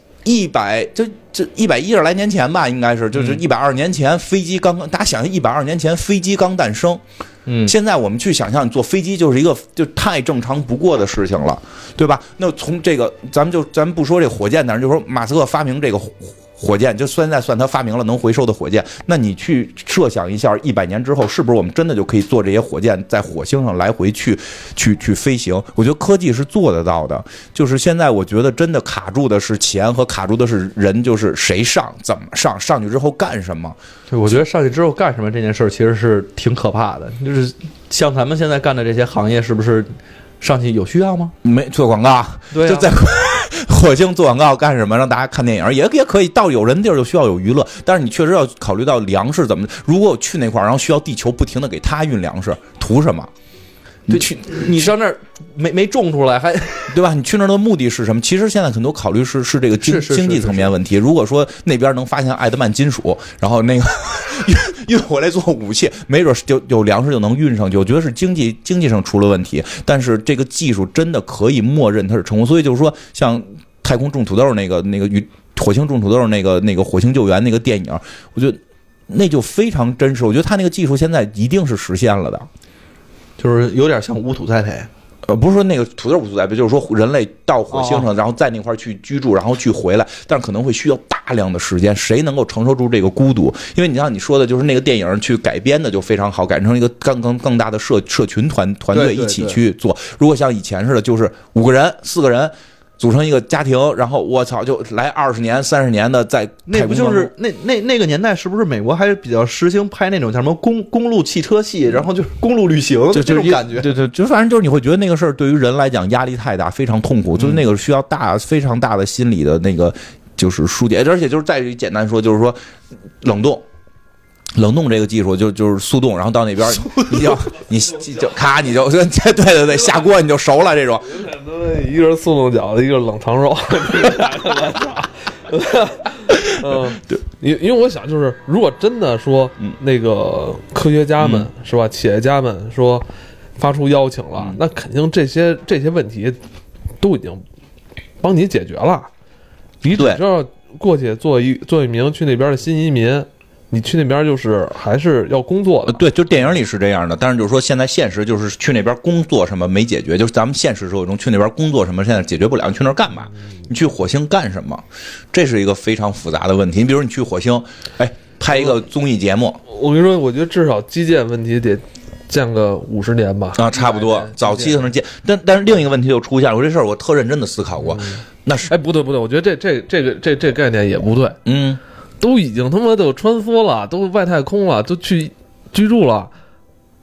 ，110来年前吧，应该是就是120年前飞机刚，大家想象120年前飞机刚诞生，现在我们去想象你坐飞机就是一个就太正常不过的事情了，对吧？那从这个咱们不说这个火箭，但是就说马斯克发明这个火箭，就现在算他发明了能回收的火箭，那你去设想一下100年之后，是不是我们真的就可以坐这些火箭在火星上来回去飞行？我觉得科技是做得到的，就是现在我觉得真的卡住的是钱和卡住的是人，就是谁上怎么上去之后干什么。 对，我觉得上去之后干什么这件事儿其实是挺可怕的，就是像咱们现在干的这些行业，是不是上去有需要吗？ 没做广告， 对、啊， 就在火星做广告干什么？让大家看电影也可以。到有人地儿就需要有娱乐，但是你确实要考虑到粮食怎么。如果我去那块儿，然后需要地球不停的给他运粮食，图什么？ 你上那儿没种出来，还对吧？你去那儿的目的是什么？其实现在很多考虑是这个经济层面问题。如果说那边能发现爱德曼金属，然后那个运回来做武器，没准就有粮食就能运上去。我觉得是经济上出了问题，但是这个技术真的可以默认它是成功。所以就是说，像太空种土豆那个火星种土豆那个火星救援那个电影，我觉得那就非常真实。我觉得他那个技术现在一定是实现了的。 就是有点像无土栽培， 不是说那个土豆无土栽培，就是说人类到火星上，然后在那块去居住，然后去回来，但是可能会需要大量的时间。谁能够承受住这个孤独？因为你像你说的，就是那个电影去改编的就非常好，改成一个更大的社群团队一起去做。如果像以前似的，就是5个人、4个人。组成一个家庭，然后我操，就来20年、30年的在那不就是那个年代，是不是美国还是比较实行拍那种叫什么公路汽车戏，然后就是公路旅行，就这种感觉。 对，就反正就是你会觉得那个事儿对于人来讲压力太大，非常痛苦，就是那个需要非常大的心理的那个就是疏解，而且就是再简单说，就是说冷冻这个技术就是速冻，然后到那边你就咔你就对下锅你就熟了这种。 一个是速冻饺子，一个是冷藏肉。对，因为我想就是，如果真的说那个科学家们是吧，企业家们说发出邀请了，那肯定这些问题都已经帮你解决了。你只要过去做一名去那边的新移民。你去那边就是还是要工作的， 对，就电影里是这样的，但是就是说现在现实就是去那边工作什么没解决，就是咱们现实生活中去那边工作什么现在解决不了，你去那儿干嘛？你去火星干什么？这是一个非常复杂的问题。你比如你去火星，拍一个综艺节目， 我跟你说，我觉得至少基建问题得建个50年吧， 差不多，早期可能建，但是另一个问题就出现了，我这事儿我特认真的思考过，那是不对，我觉得这概念也不对，都已经他妈都穿梭了，都外太空了，都去居住了，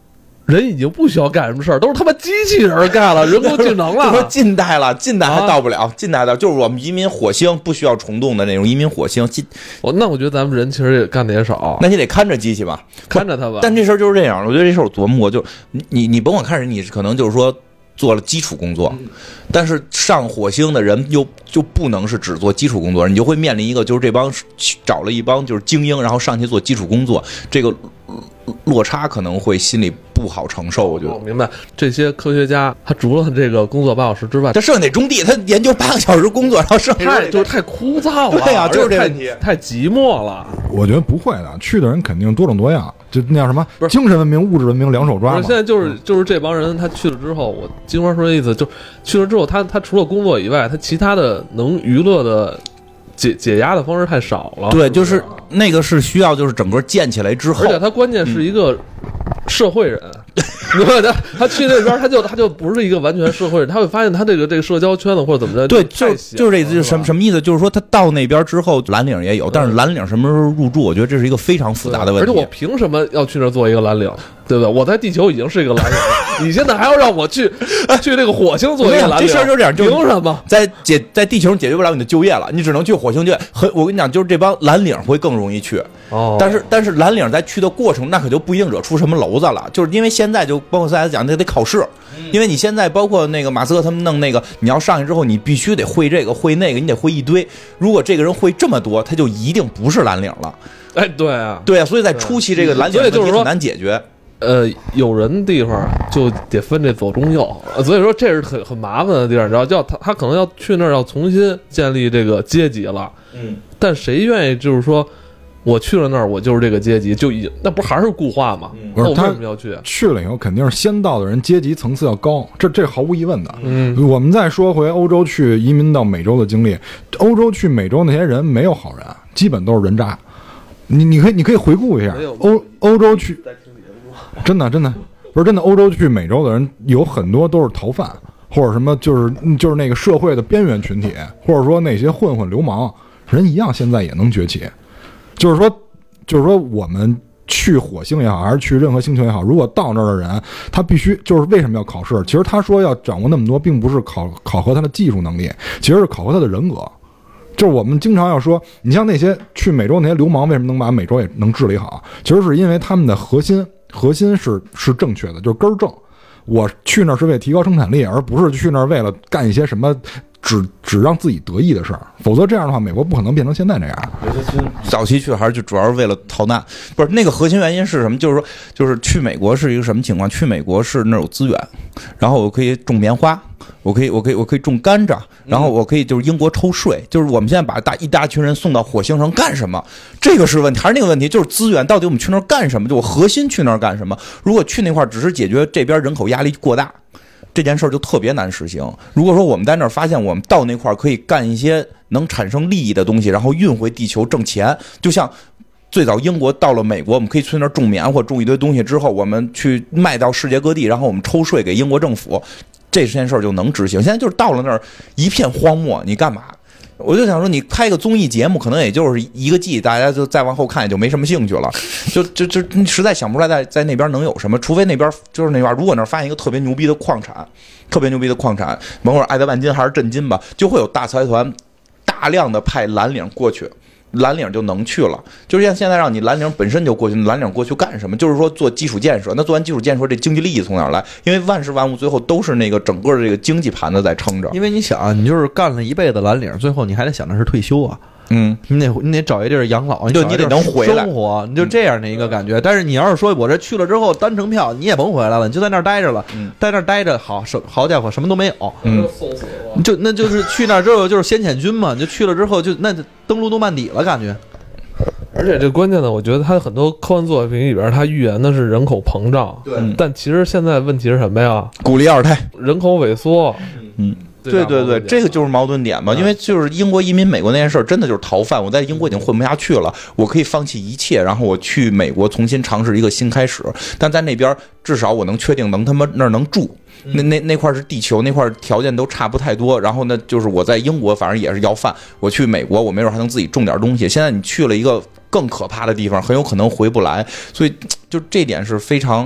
人已经不需要干什么事儿，都是他妈机器人干了，人工智能了。 就说近代了，近代还到不了，近代的就是我们移民火星不需要虫洞的那种移民火星。 那我觉得咱们人其实也干的也少， 那你得看着机器吧， 看着它吧。 但这事儿就是这样，我觉得这事儿我琢磨过，就你甭管看人，你可能就是说做了基础工作，但是上火星的人就不能是只做基础工作，你就会面临一个就是这帮找了一帮就是精英，然后上去做基础工作，这个落差可能会心里不好承受。我觉得我明白，这些科学家他除了这个工作8小时之外， 他剩下得种地，他研究8个小时工作，然后剩下太枯燥了。 对呀，就是这问题， 太寂寞了。 我觉得不会的，去的人肯定多种多样，就那叫什么精神文明、物质文明两手抓嘛。 现在就是这帮人，他去了之后，我金花说的意思，就去了之后，他除了工作以外，他其他的能娱乐的解压的方式太少了。 对，就是那个是需要就是整个建起来之后， 而且他关键是一个社会人。他去那边，他就不是一个完全社会人，他会发现他这个社交圈子或者怎么着， 对，就是这意思，就是什么意思？就是说他到那边之后，蓝领也有，但是蓝领什么时候入住，我觉得这是一个非常复杂的问题。 而且我凭什么要去那儿做一个蓝领？对不对？我在地球已经是一个蓝领了，你现在还要让我去这个火星做一个蓝领？ 这事儿就这样， 凭什么？ 在地球上解决不了你的就业了，你只能去火星去。我跟你讲，就是这帮蓝领会更容易去。 哦， 但是蓝领在去的过程，那可就不一定惹出什么篓子了。就是因为现在就包括CS讲，那得考试，因为你现在包括那个马斯克他们弄那个，你要上去之后，你必须得会这个会那个，你得会一堆。如果这个人会这么多，他就一定不是蓝领了。 哎，对啊， 对啊，所以在初期这个蓝领问题很难解决。 有人的地方就得分这左中右，所以说这是很麻烦的地方，你知道，叫他可能要去那儿要重新建立这个阶级了。但谁愿意就是说我去了那儿我就是这个阶级，就已经那不还是固化吗？那我为什么要去？ 去了以后肯定是先到的人阶级层次要高，这毫无疑问的。 我们再说回欧洲去移民到美洲的经历，欧洲去美洲那些人没有好人，基本都是人渣。你可以回顾一下欧洲去。真的不是真的，欧洲去美洲的人有很多都是逃犯，或者什么就是那个社会的边缘群体，或者说那些混混流氓，人一样现在也能崛起。就是说我们去火星也好，还是去任何星球也好，如果到那儿的人，他必须就是为什么要考试？其实他说要掌握那么多，并不是考核他的技术能力，其实是考核他的人格。就是我们经常要说，你像那些去美洲那些流氓，为什么能把美洲也能治理好？其实是因为他们的核心是正确的，就是根儿正。我去那儿是为了提高生产力，而不是去那儿为了干一些什么只让自己得意的事儿。否则这样的话，美国不可能变成现在这样。 早期去还是就主要是为了逃难，不是那个核心原因是什么？就是去美国是一个什么情况？去美国是那儿有资源，然后我可以种棉花，我可以种甘蔗，然后我可以就是英国抽税，就是我们现在把一大群人送到火星上干什么？这个是问题，还是那个问题？就是资源到底我们去那儿干什么？就我核心去那儿干什么？如果去那块儿只是解决这边人口压力过大，这件事儿就特别难实行。如果说我们在那儿发现我们到那块儿可以干一些能产生利益的东西，然后运回地球挣钱，就像最早英国到了美国，我们可以去那儿种棉花，种一堆东西之后，我们去卖到世界各地，然后我们抽税给英国政府，这件事儿就能执行。现在就是到了那儿一片荒漠，你干嘛？我就想说，你拍个综艺节目，可能也就是1个季，大家就再往后看也就没什么兴趣了。就你实在想不出来在那边能有什么，除非那边就是那边，如果那儿发现一个特别牛逼的矿产，甭管爱德万金还是震金吧，就会有大财团大量的派蓝领过去。蓝领就能去了，就是像现在让你蓝领本身就过去，蓝领过去干什么？就是说做基础建设。那做完基础建设，这经济利益从哪儿来？因为万事万物最后都是那个整个这个经济盘子在撑着。 因为你想，你就是干了一辈子蓝领，最后你还得想的是退休啊。你得找一地儿养老， 对，你得能回来生活，你就这样的一个感觉。但是你要是说我这去了之后单程票，你也甭回来了，你就在那儿待着了，在那儿待着，好家伙，什么都没有，那就是去那儿之后就是先遣军嘛，你就去了之后就那登陆诺曼底了，感觉。 而且这关键的，我觉得他很多科幻作品里边，他预言的是人口膨胀， 对， 但其实现在问题是什么呀？ 鼓励二胎， 人口萎缩， 对，这个就是矛盾点嘛。因为就是英国移民美国那件事，真的就是逃犯。我在英国已经混不下去了，我可以放弃一切，然后我去美国重新尝试一个新开始。但在那边至少我能确定他妈那儿能住。那块是地球，那块条件都差不太多。然后呢，就是我在英国反正也是要饭，我去美国我没准还能自己种点东西。现在你去了一个更可怕的地方，很有可能回不来。所以就这点是非常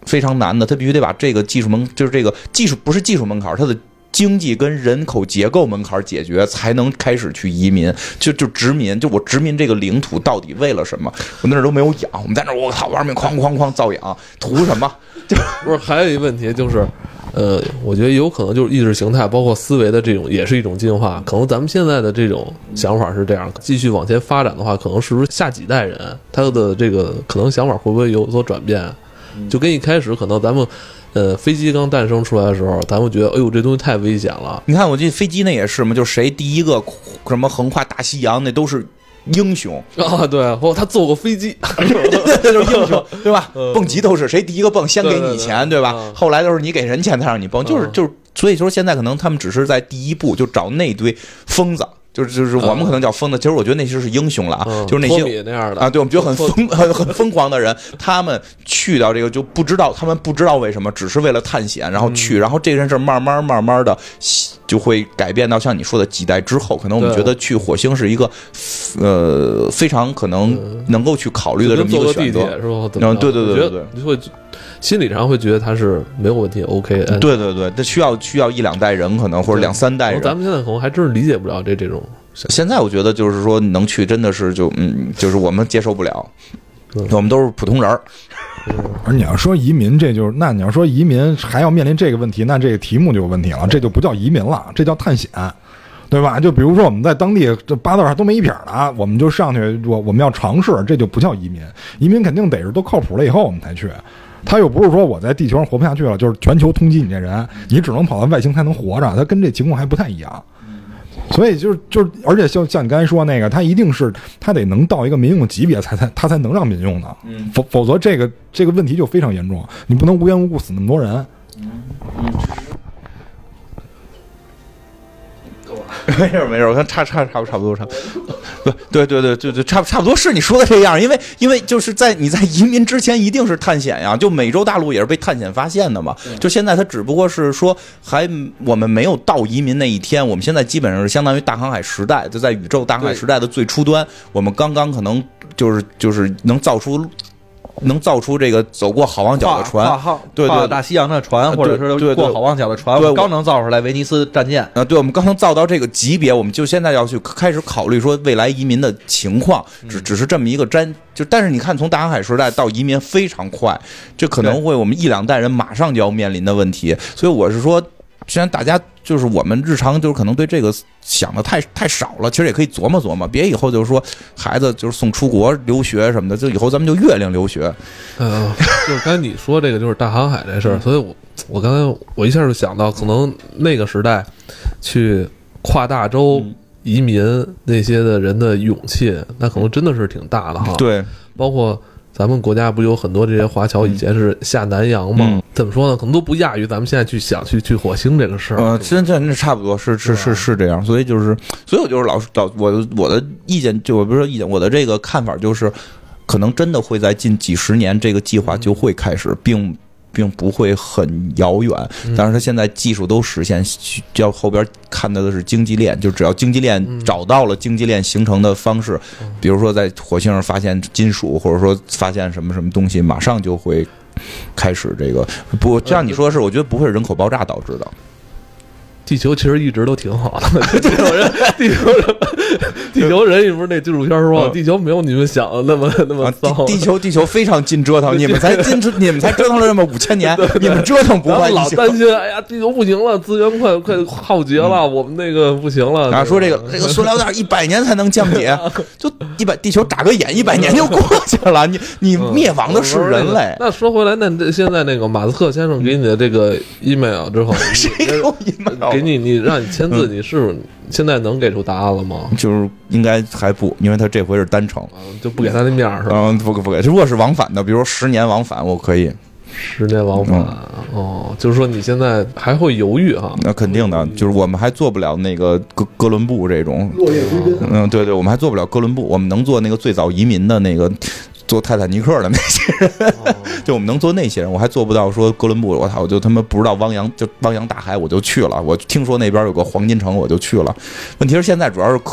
非常难的，它必须得把这个技术就是这个技术不是技术门槛，它的经济跟人口结构门槛解决，才能开始去移民，就殖民。就我殖民这个领土到底为了什么？我那儿都没有养，我们在那儿我靠玩命哐造养，图什么？就不是还有一个问题就是，我觉得有可能就是意识形态包括思维的这种也是一种进化。可能咱们现在的这种想法是这样，继续往前发展的话，可能是不是下几代人他的这个可能想法会不会有所转变？就跟一开始可能咱们。飞机刚诞生出来的时候，咱们觉得，哎呦，这东西太危险了。 你看，我记得飞机那也是嘛，就是谁第一个什么横跨大西洋，那都是英雄啊。对，他坐过飞机， 这就是英雄，对吧？蹦极都是谁第一个蹦，先给你钱，对吧？后来都是你给人钱才让你蹦，就是，所以说现在可能他们只是在第一步就找那堆疯子。就是我们可能叫疯的，其实我觉得那些是英雄了啊，就是那些那样的啊，对，我们觉得很疯狂的人，他们去到这个就不知道，他们不知道为什么，只是为了探险，然后去，然后这件事慢慢的就会改变到像你说的几代之后，可能我们觉得去火星是一个非常可能能够去考虑的这么一个选择， 是吧？ 对， 你会心理上会觉得他是没有问题 ，OK。 对，这需要1、2代人，可能或者2、3代人。 咱们现在可能还真是理解不了这种。 现在我觉得就是说能去真的是就是我们接受不了，我们都是普通人。 而你要说移民，那你要说移民还要面临这个问题，那这个题目就有问题了，这就不叫移民了，这叫探险。对吧？就比如说我们在当地这8字还都没一撇呢，我们就上去，我们要尝试，这就不叫移民。移民肯定得是都靠谱了以后我们才去。他又不是说我在地球上活不下去了，就是全球通缉你这人，你只能跑到外星才能活着，他跟这情况还不太一样。所以而且像你刚才说那个，他一定是他得能到一个民用级别他才能让民用的，否则这个问题就非常严重，你不能无缘无故死那么多人。 没事，我看差不多。对，差不多是你说的这样，因为就是你在移民之前一定是探险呀，就美洲大陆也是被探险发现的嘛。就现在它只不过是说我们没有到移民那一天，我们现在基本上是相当于大航海时代，就在宇宙大航海时代的最初端，我们刚刚可能就是能造出这个走过好望角的船，对大西洋的船，或者是过好望角的船，我们刚能造出来威尼斯战舰啊，对，我们刚能造到这个级别，我们就现在要去开始考虑说未来移民的情况，只是这么一个但是你看从大航海时代到移民非常快，这可能会我们1、2代人马上就要面临的问题，所以我是说。虽然大家就是我们日常就是可能对这个想的太少了，其实也可以琢磨，别以后就是说孩子就是送出国留学什么的，就以后咱们就月亮留学。 就是刚才你说这个就是大航海这事儿，所以我刚才我一下就想到，可能那个时代去跨大洲移民那些的人的勇气，那可能真的是挺大的哈。 对， 包括。咱们国家不有很多这些华侨以前是下南洋吗？怎么说呢？可能都不亚于咱们现在去想去火星这个事儿。 真差不多是这样。所以我就是我的意见，就我不是说意见，我的这个看法就是，可能真的会在近几十年这个计划就会开始，并不会很遥远，但是它现在技术都实现，要后边看到的是经济链，就只要经济链找到了经济链形成的方式，比如说在火星上发现金属，或者说发现什么东西，马上就会开始这个。不，这样你说的是，我觉得不会是人口爆炸导致的。 地球其实一直都挺好的，地球人，你不是那纪录片说，地球没有你们想的那么糟。 地球非常尽折腾，你们才折腾了这么5000年，你们折腾不坏。 老担心，哎呀，地球不行了，资源快耗竭了，我们那个不行了。 然后说这个塑料袋100年才能降解，就地球眨个眼100年就过去了，你灭亡的是人类。 那说回来，那现在那个马斯克先生给你的这个 email 之后， 谁给我 email？ 给你让你签字，你是现在能给出答案了吗？ 就是应该还不，因为他这回是单程， 就不给他那面是吧？ 不给。如果是往返的，比如说10年往返，我可以。 10年往返，就是说你现在还会犹豫哈？ 那肯定的，就是我们还做不了那个哥伦布这种落叶归根。对，我们还做不了哥伦布，我们能做那个最早移民的那个。做泰坦尼克的那些人，就我们能做那些人，我还做不到说哥伦布，我操，我就他妈不知道汪洋大海我就去了，我听说那边有个黄金城我就去了。问题是现在主要是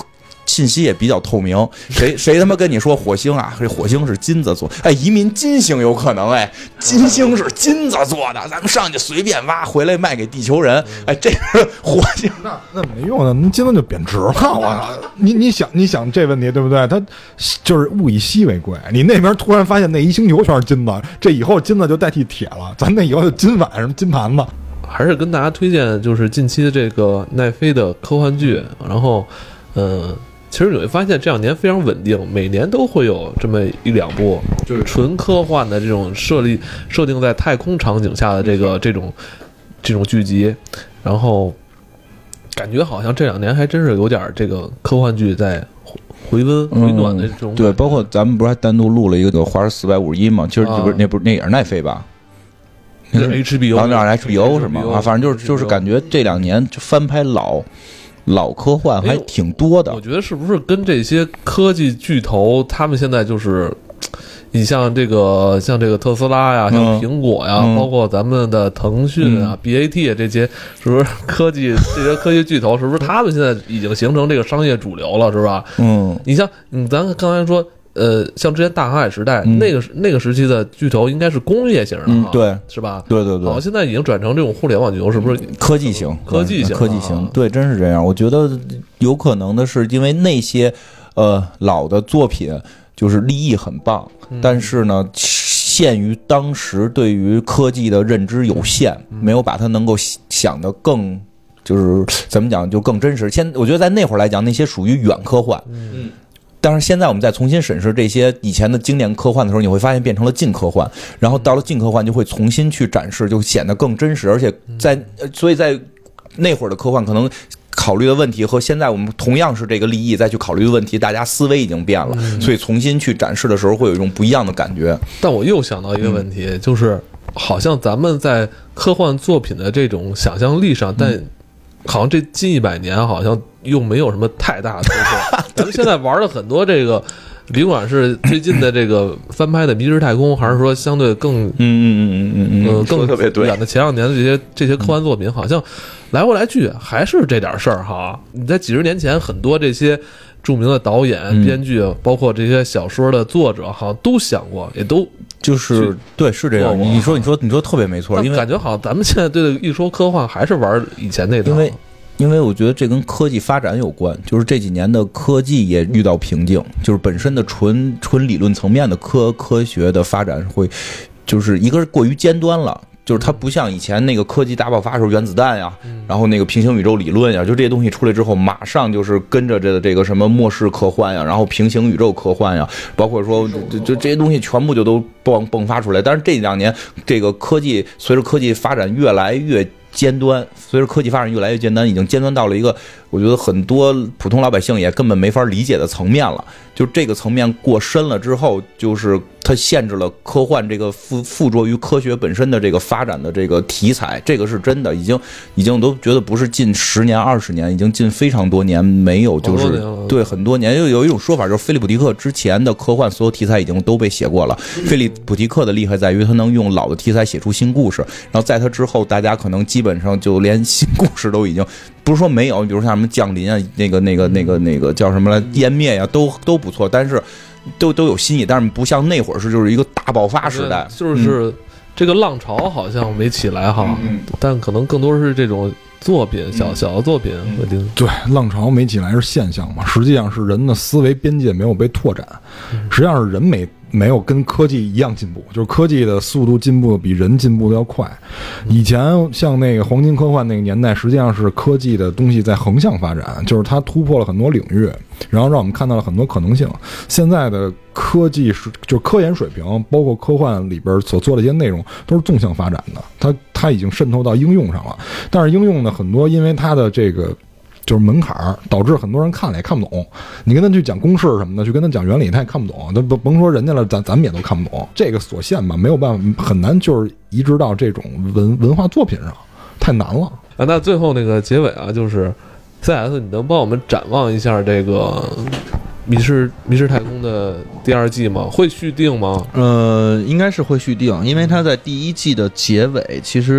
信息也比较透明，谁他妈跟你说火星啊，这火星是金子做，哎，移民金星有可能，哎，金星是金子做的，咱们上去随便挖，回来卖给地球人，哎，这是火星， 那没用的，那金子就贬值了，我操！你想这问题对不对？它就是物以稀为贵，你那边突然发现那一星球全是金子，这以后金子就代替铁了，咱那以后就金碗什么金盘子。 还是跟大家推荐就是近期的这个奈飞的科幻剧，然后其实你会发现这2年非常稳定，每年都会有这么1-2部就是纯科幻的这种设定在太空场景下的这种剧集，然后感觉好像这2年还真是有点这个科幻剧在回暖的这种对，包括咱们不是还单独录了一个《华氏451》吗？其实那也是奈飞吧？ 那是 HBO， 那是 HBO 是吗？啊，反正就是感觉这2年就翻拍老科幻还挺多的。 我觉得是不是跟这些科技巨头，他们现在就是你像这个特斯拉呀，像苹果呀，包括咱们的腾讯啊、BAT 这些，是不是这些科技巨头，是不是他们现在已经形成这个商业主流了，是吧？你像咱刚才说。像之前大航海时代那个时期的巨头应该是工业型的， 对， 是吧？ 对。 好，现在已经转成这种互联网巨头，是不是科技型？对，真是这样。我觉得有可能的是，因为那些老的作品就是立意很棒，但是呢，限于当时对于科技的认知有限，没有把它能够想得更。就是怎么讲，就更真实。我觉得在那会儿来讲，那些属于远科幻。但是现在我们再重新审视这些以前的经典科幻的时候，你会发现变成了近科幻，然后到了近科幻就会重新去展示，就显得更真实。而且所以在那会儿的科幻可能考虑的问题和现在我们同样是这个利益再去考虑的问题，大家思维已经变了，所以重新去展示的时候会有一种不一样的感觉。 但我又想到一个问题，就是好像咱们在科幻作品的这种想象力上，但好像这近100年好像又没有什么太大的突破。咱们现在玩了很多这个，甭管是最近的这个翻拍的《迷失太空》，还是说相对更更特别对远的前2年的这些科幻作品，好像来回来去还是这点事儿哈。你在几十年前，很多这些著名的导演、编剧，包括这些小说的作者，好像都想过，也都。 就是对，是这样。你说特别没错，因为感觉好像咱们现在对一说科幻还是玩以前那套。 因为我觉得这跟科技发展有关，就是这几年的科技也遇到瓶颈，就是本身的纯理论层面的科学的发展会，就是一个是过于尖端了。就是它不像以前那个科技大爆发的时候，原子弹呀，然后那个平行宇宙理论呀，就这些东西出来之后，马上就是跟着这个什么末世科幻呀，然后平行宇宙科幻呀，包括说就这些东西全部就都迸发出来。但是这2年，这个随着科技发展越来越尖端，已经尖端到了一个我觉得很多普通老百姓也根本没法理解的层面了。就这个层面过深了之后，就是它限制了科幻这个附着于科学本身的这个发展的这个题材，这个是真的，已经都觉得不是近10年20年，已经近非常多年没有，就是对很多年。有一种说法就是菲利普迪克之前的科幻所有题材已经都被写过了。菲利普迪克的厉害在于他能用老的题材写出新故事，然后在他之后，大家可能基本上就连新故事都已经不是说没有，比如像什么降临啊，那个叫什么来湮灭呀，都不错，但是都有新意，但是不像那会儿就是一个大爆发时代， 就是这个浪潮好像没起来哈，但可能更多是这种作品小的作品对，浪潮没起来是现象嘛，实际上是人的思维边界没有被拓展，实际上是人没有跟科技一样进步，就是科技的速度进步比人进步的要快。以前像那个黄金科幻那个年代，实际上是科技的东西在横向发展，就是它突破了很多领域，然后让我们看到了很多可能性。现在的科技就是科研水平，包括科幻里边所做的一些内容，都是纵向发展的，它已经渗透到应用上了。但是应用呢，很多因为它的这个就是门槛，导致很多人看了也看不懂。你跟他去讲公式什么的，去跟他讲原理，他也看不懂。他甭说人家了，咱们也都看不懂。这个所限吧，没有办法，很难就是移植到这种文化作品上，太难了啊。那最后那个结尾啊，就是 CS， 你能帮我们展望一下这个迷失太空的第2季吗？会续订吗？ 应该是会续订，因为它在第1季的结尾其实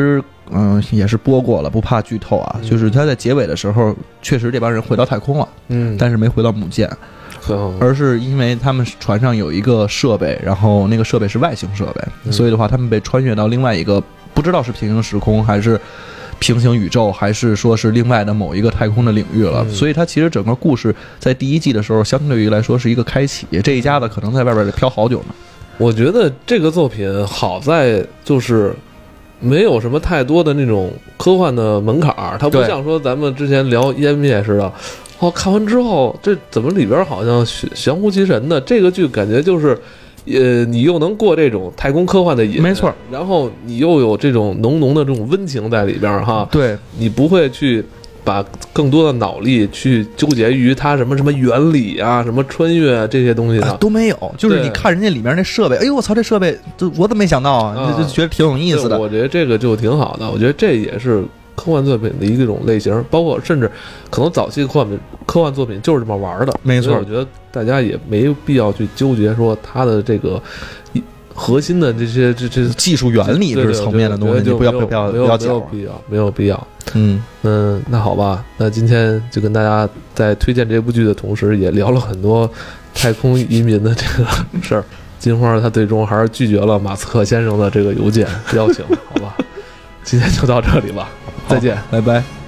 也是播过了，不怕剧透啊。就是他在结尾的时候，确实这帮人回到太空了，但是没回到母舰，而是因为他们船上有一个设备，然后那个设备是外星设备，所以的话，他们被穿越到另外一个不知道是平行时空还是平行宇宙，还是说是另外的某一个太空的领域了。所以它其实整个故事在第一季的时候，相对于来说是一个开启。这一家子可能在外边得飘好久呢。 我觉得这个作品好在就是没有什么太多的那种科幻的门槛，它不像说咱们之前聊湮灭似的，看完之后这怎么里边好像玄乎其神的。这个剧感觉就是你又能过这种太空科幻的瘾， 没错， 然后你又有这种浓浓的这种温情在里边哈。 对， 你不会去把更多的脑力去纠结于它什么原理啊、什么穿越这些东西的， 都没有。就是你看人家里面那设备，哎呦我操，这设备我怎么没想到啊？就觉得挺有意思的。 我觉得这个就挺好的，我觉得这也是科幻作品的一种类型，包括甚至可能早期科幻作品就是这么玩的。 没错， 我觉得大家也没有必要去纠结说它的这个核心的这些技术原理这层面的东西，你不要讲， 没有必要。那好吧，那今天就跟大家在推荐这部剧的同时，也聊了很多太空移民的这个事儿。金花他最终还是拒绝了马斯克先生的这个邮件邀请，好吧？今天就到这里吧，再见， 拜拜。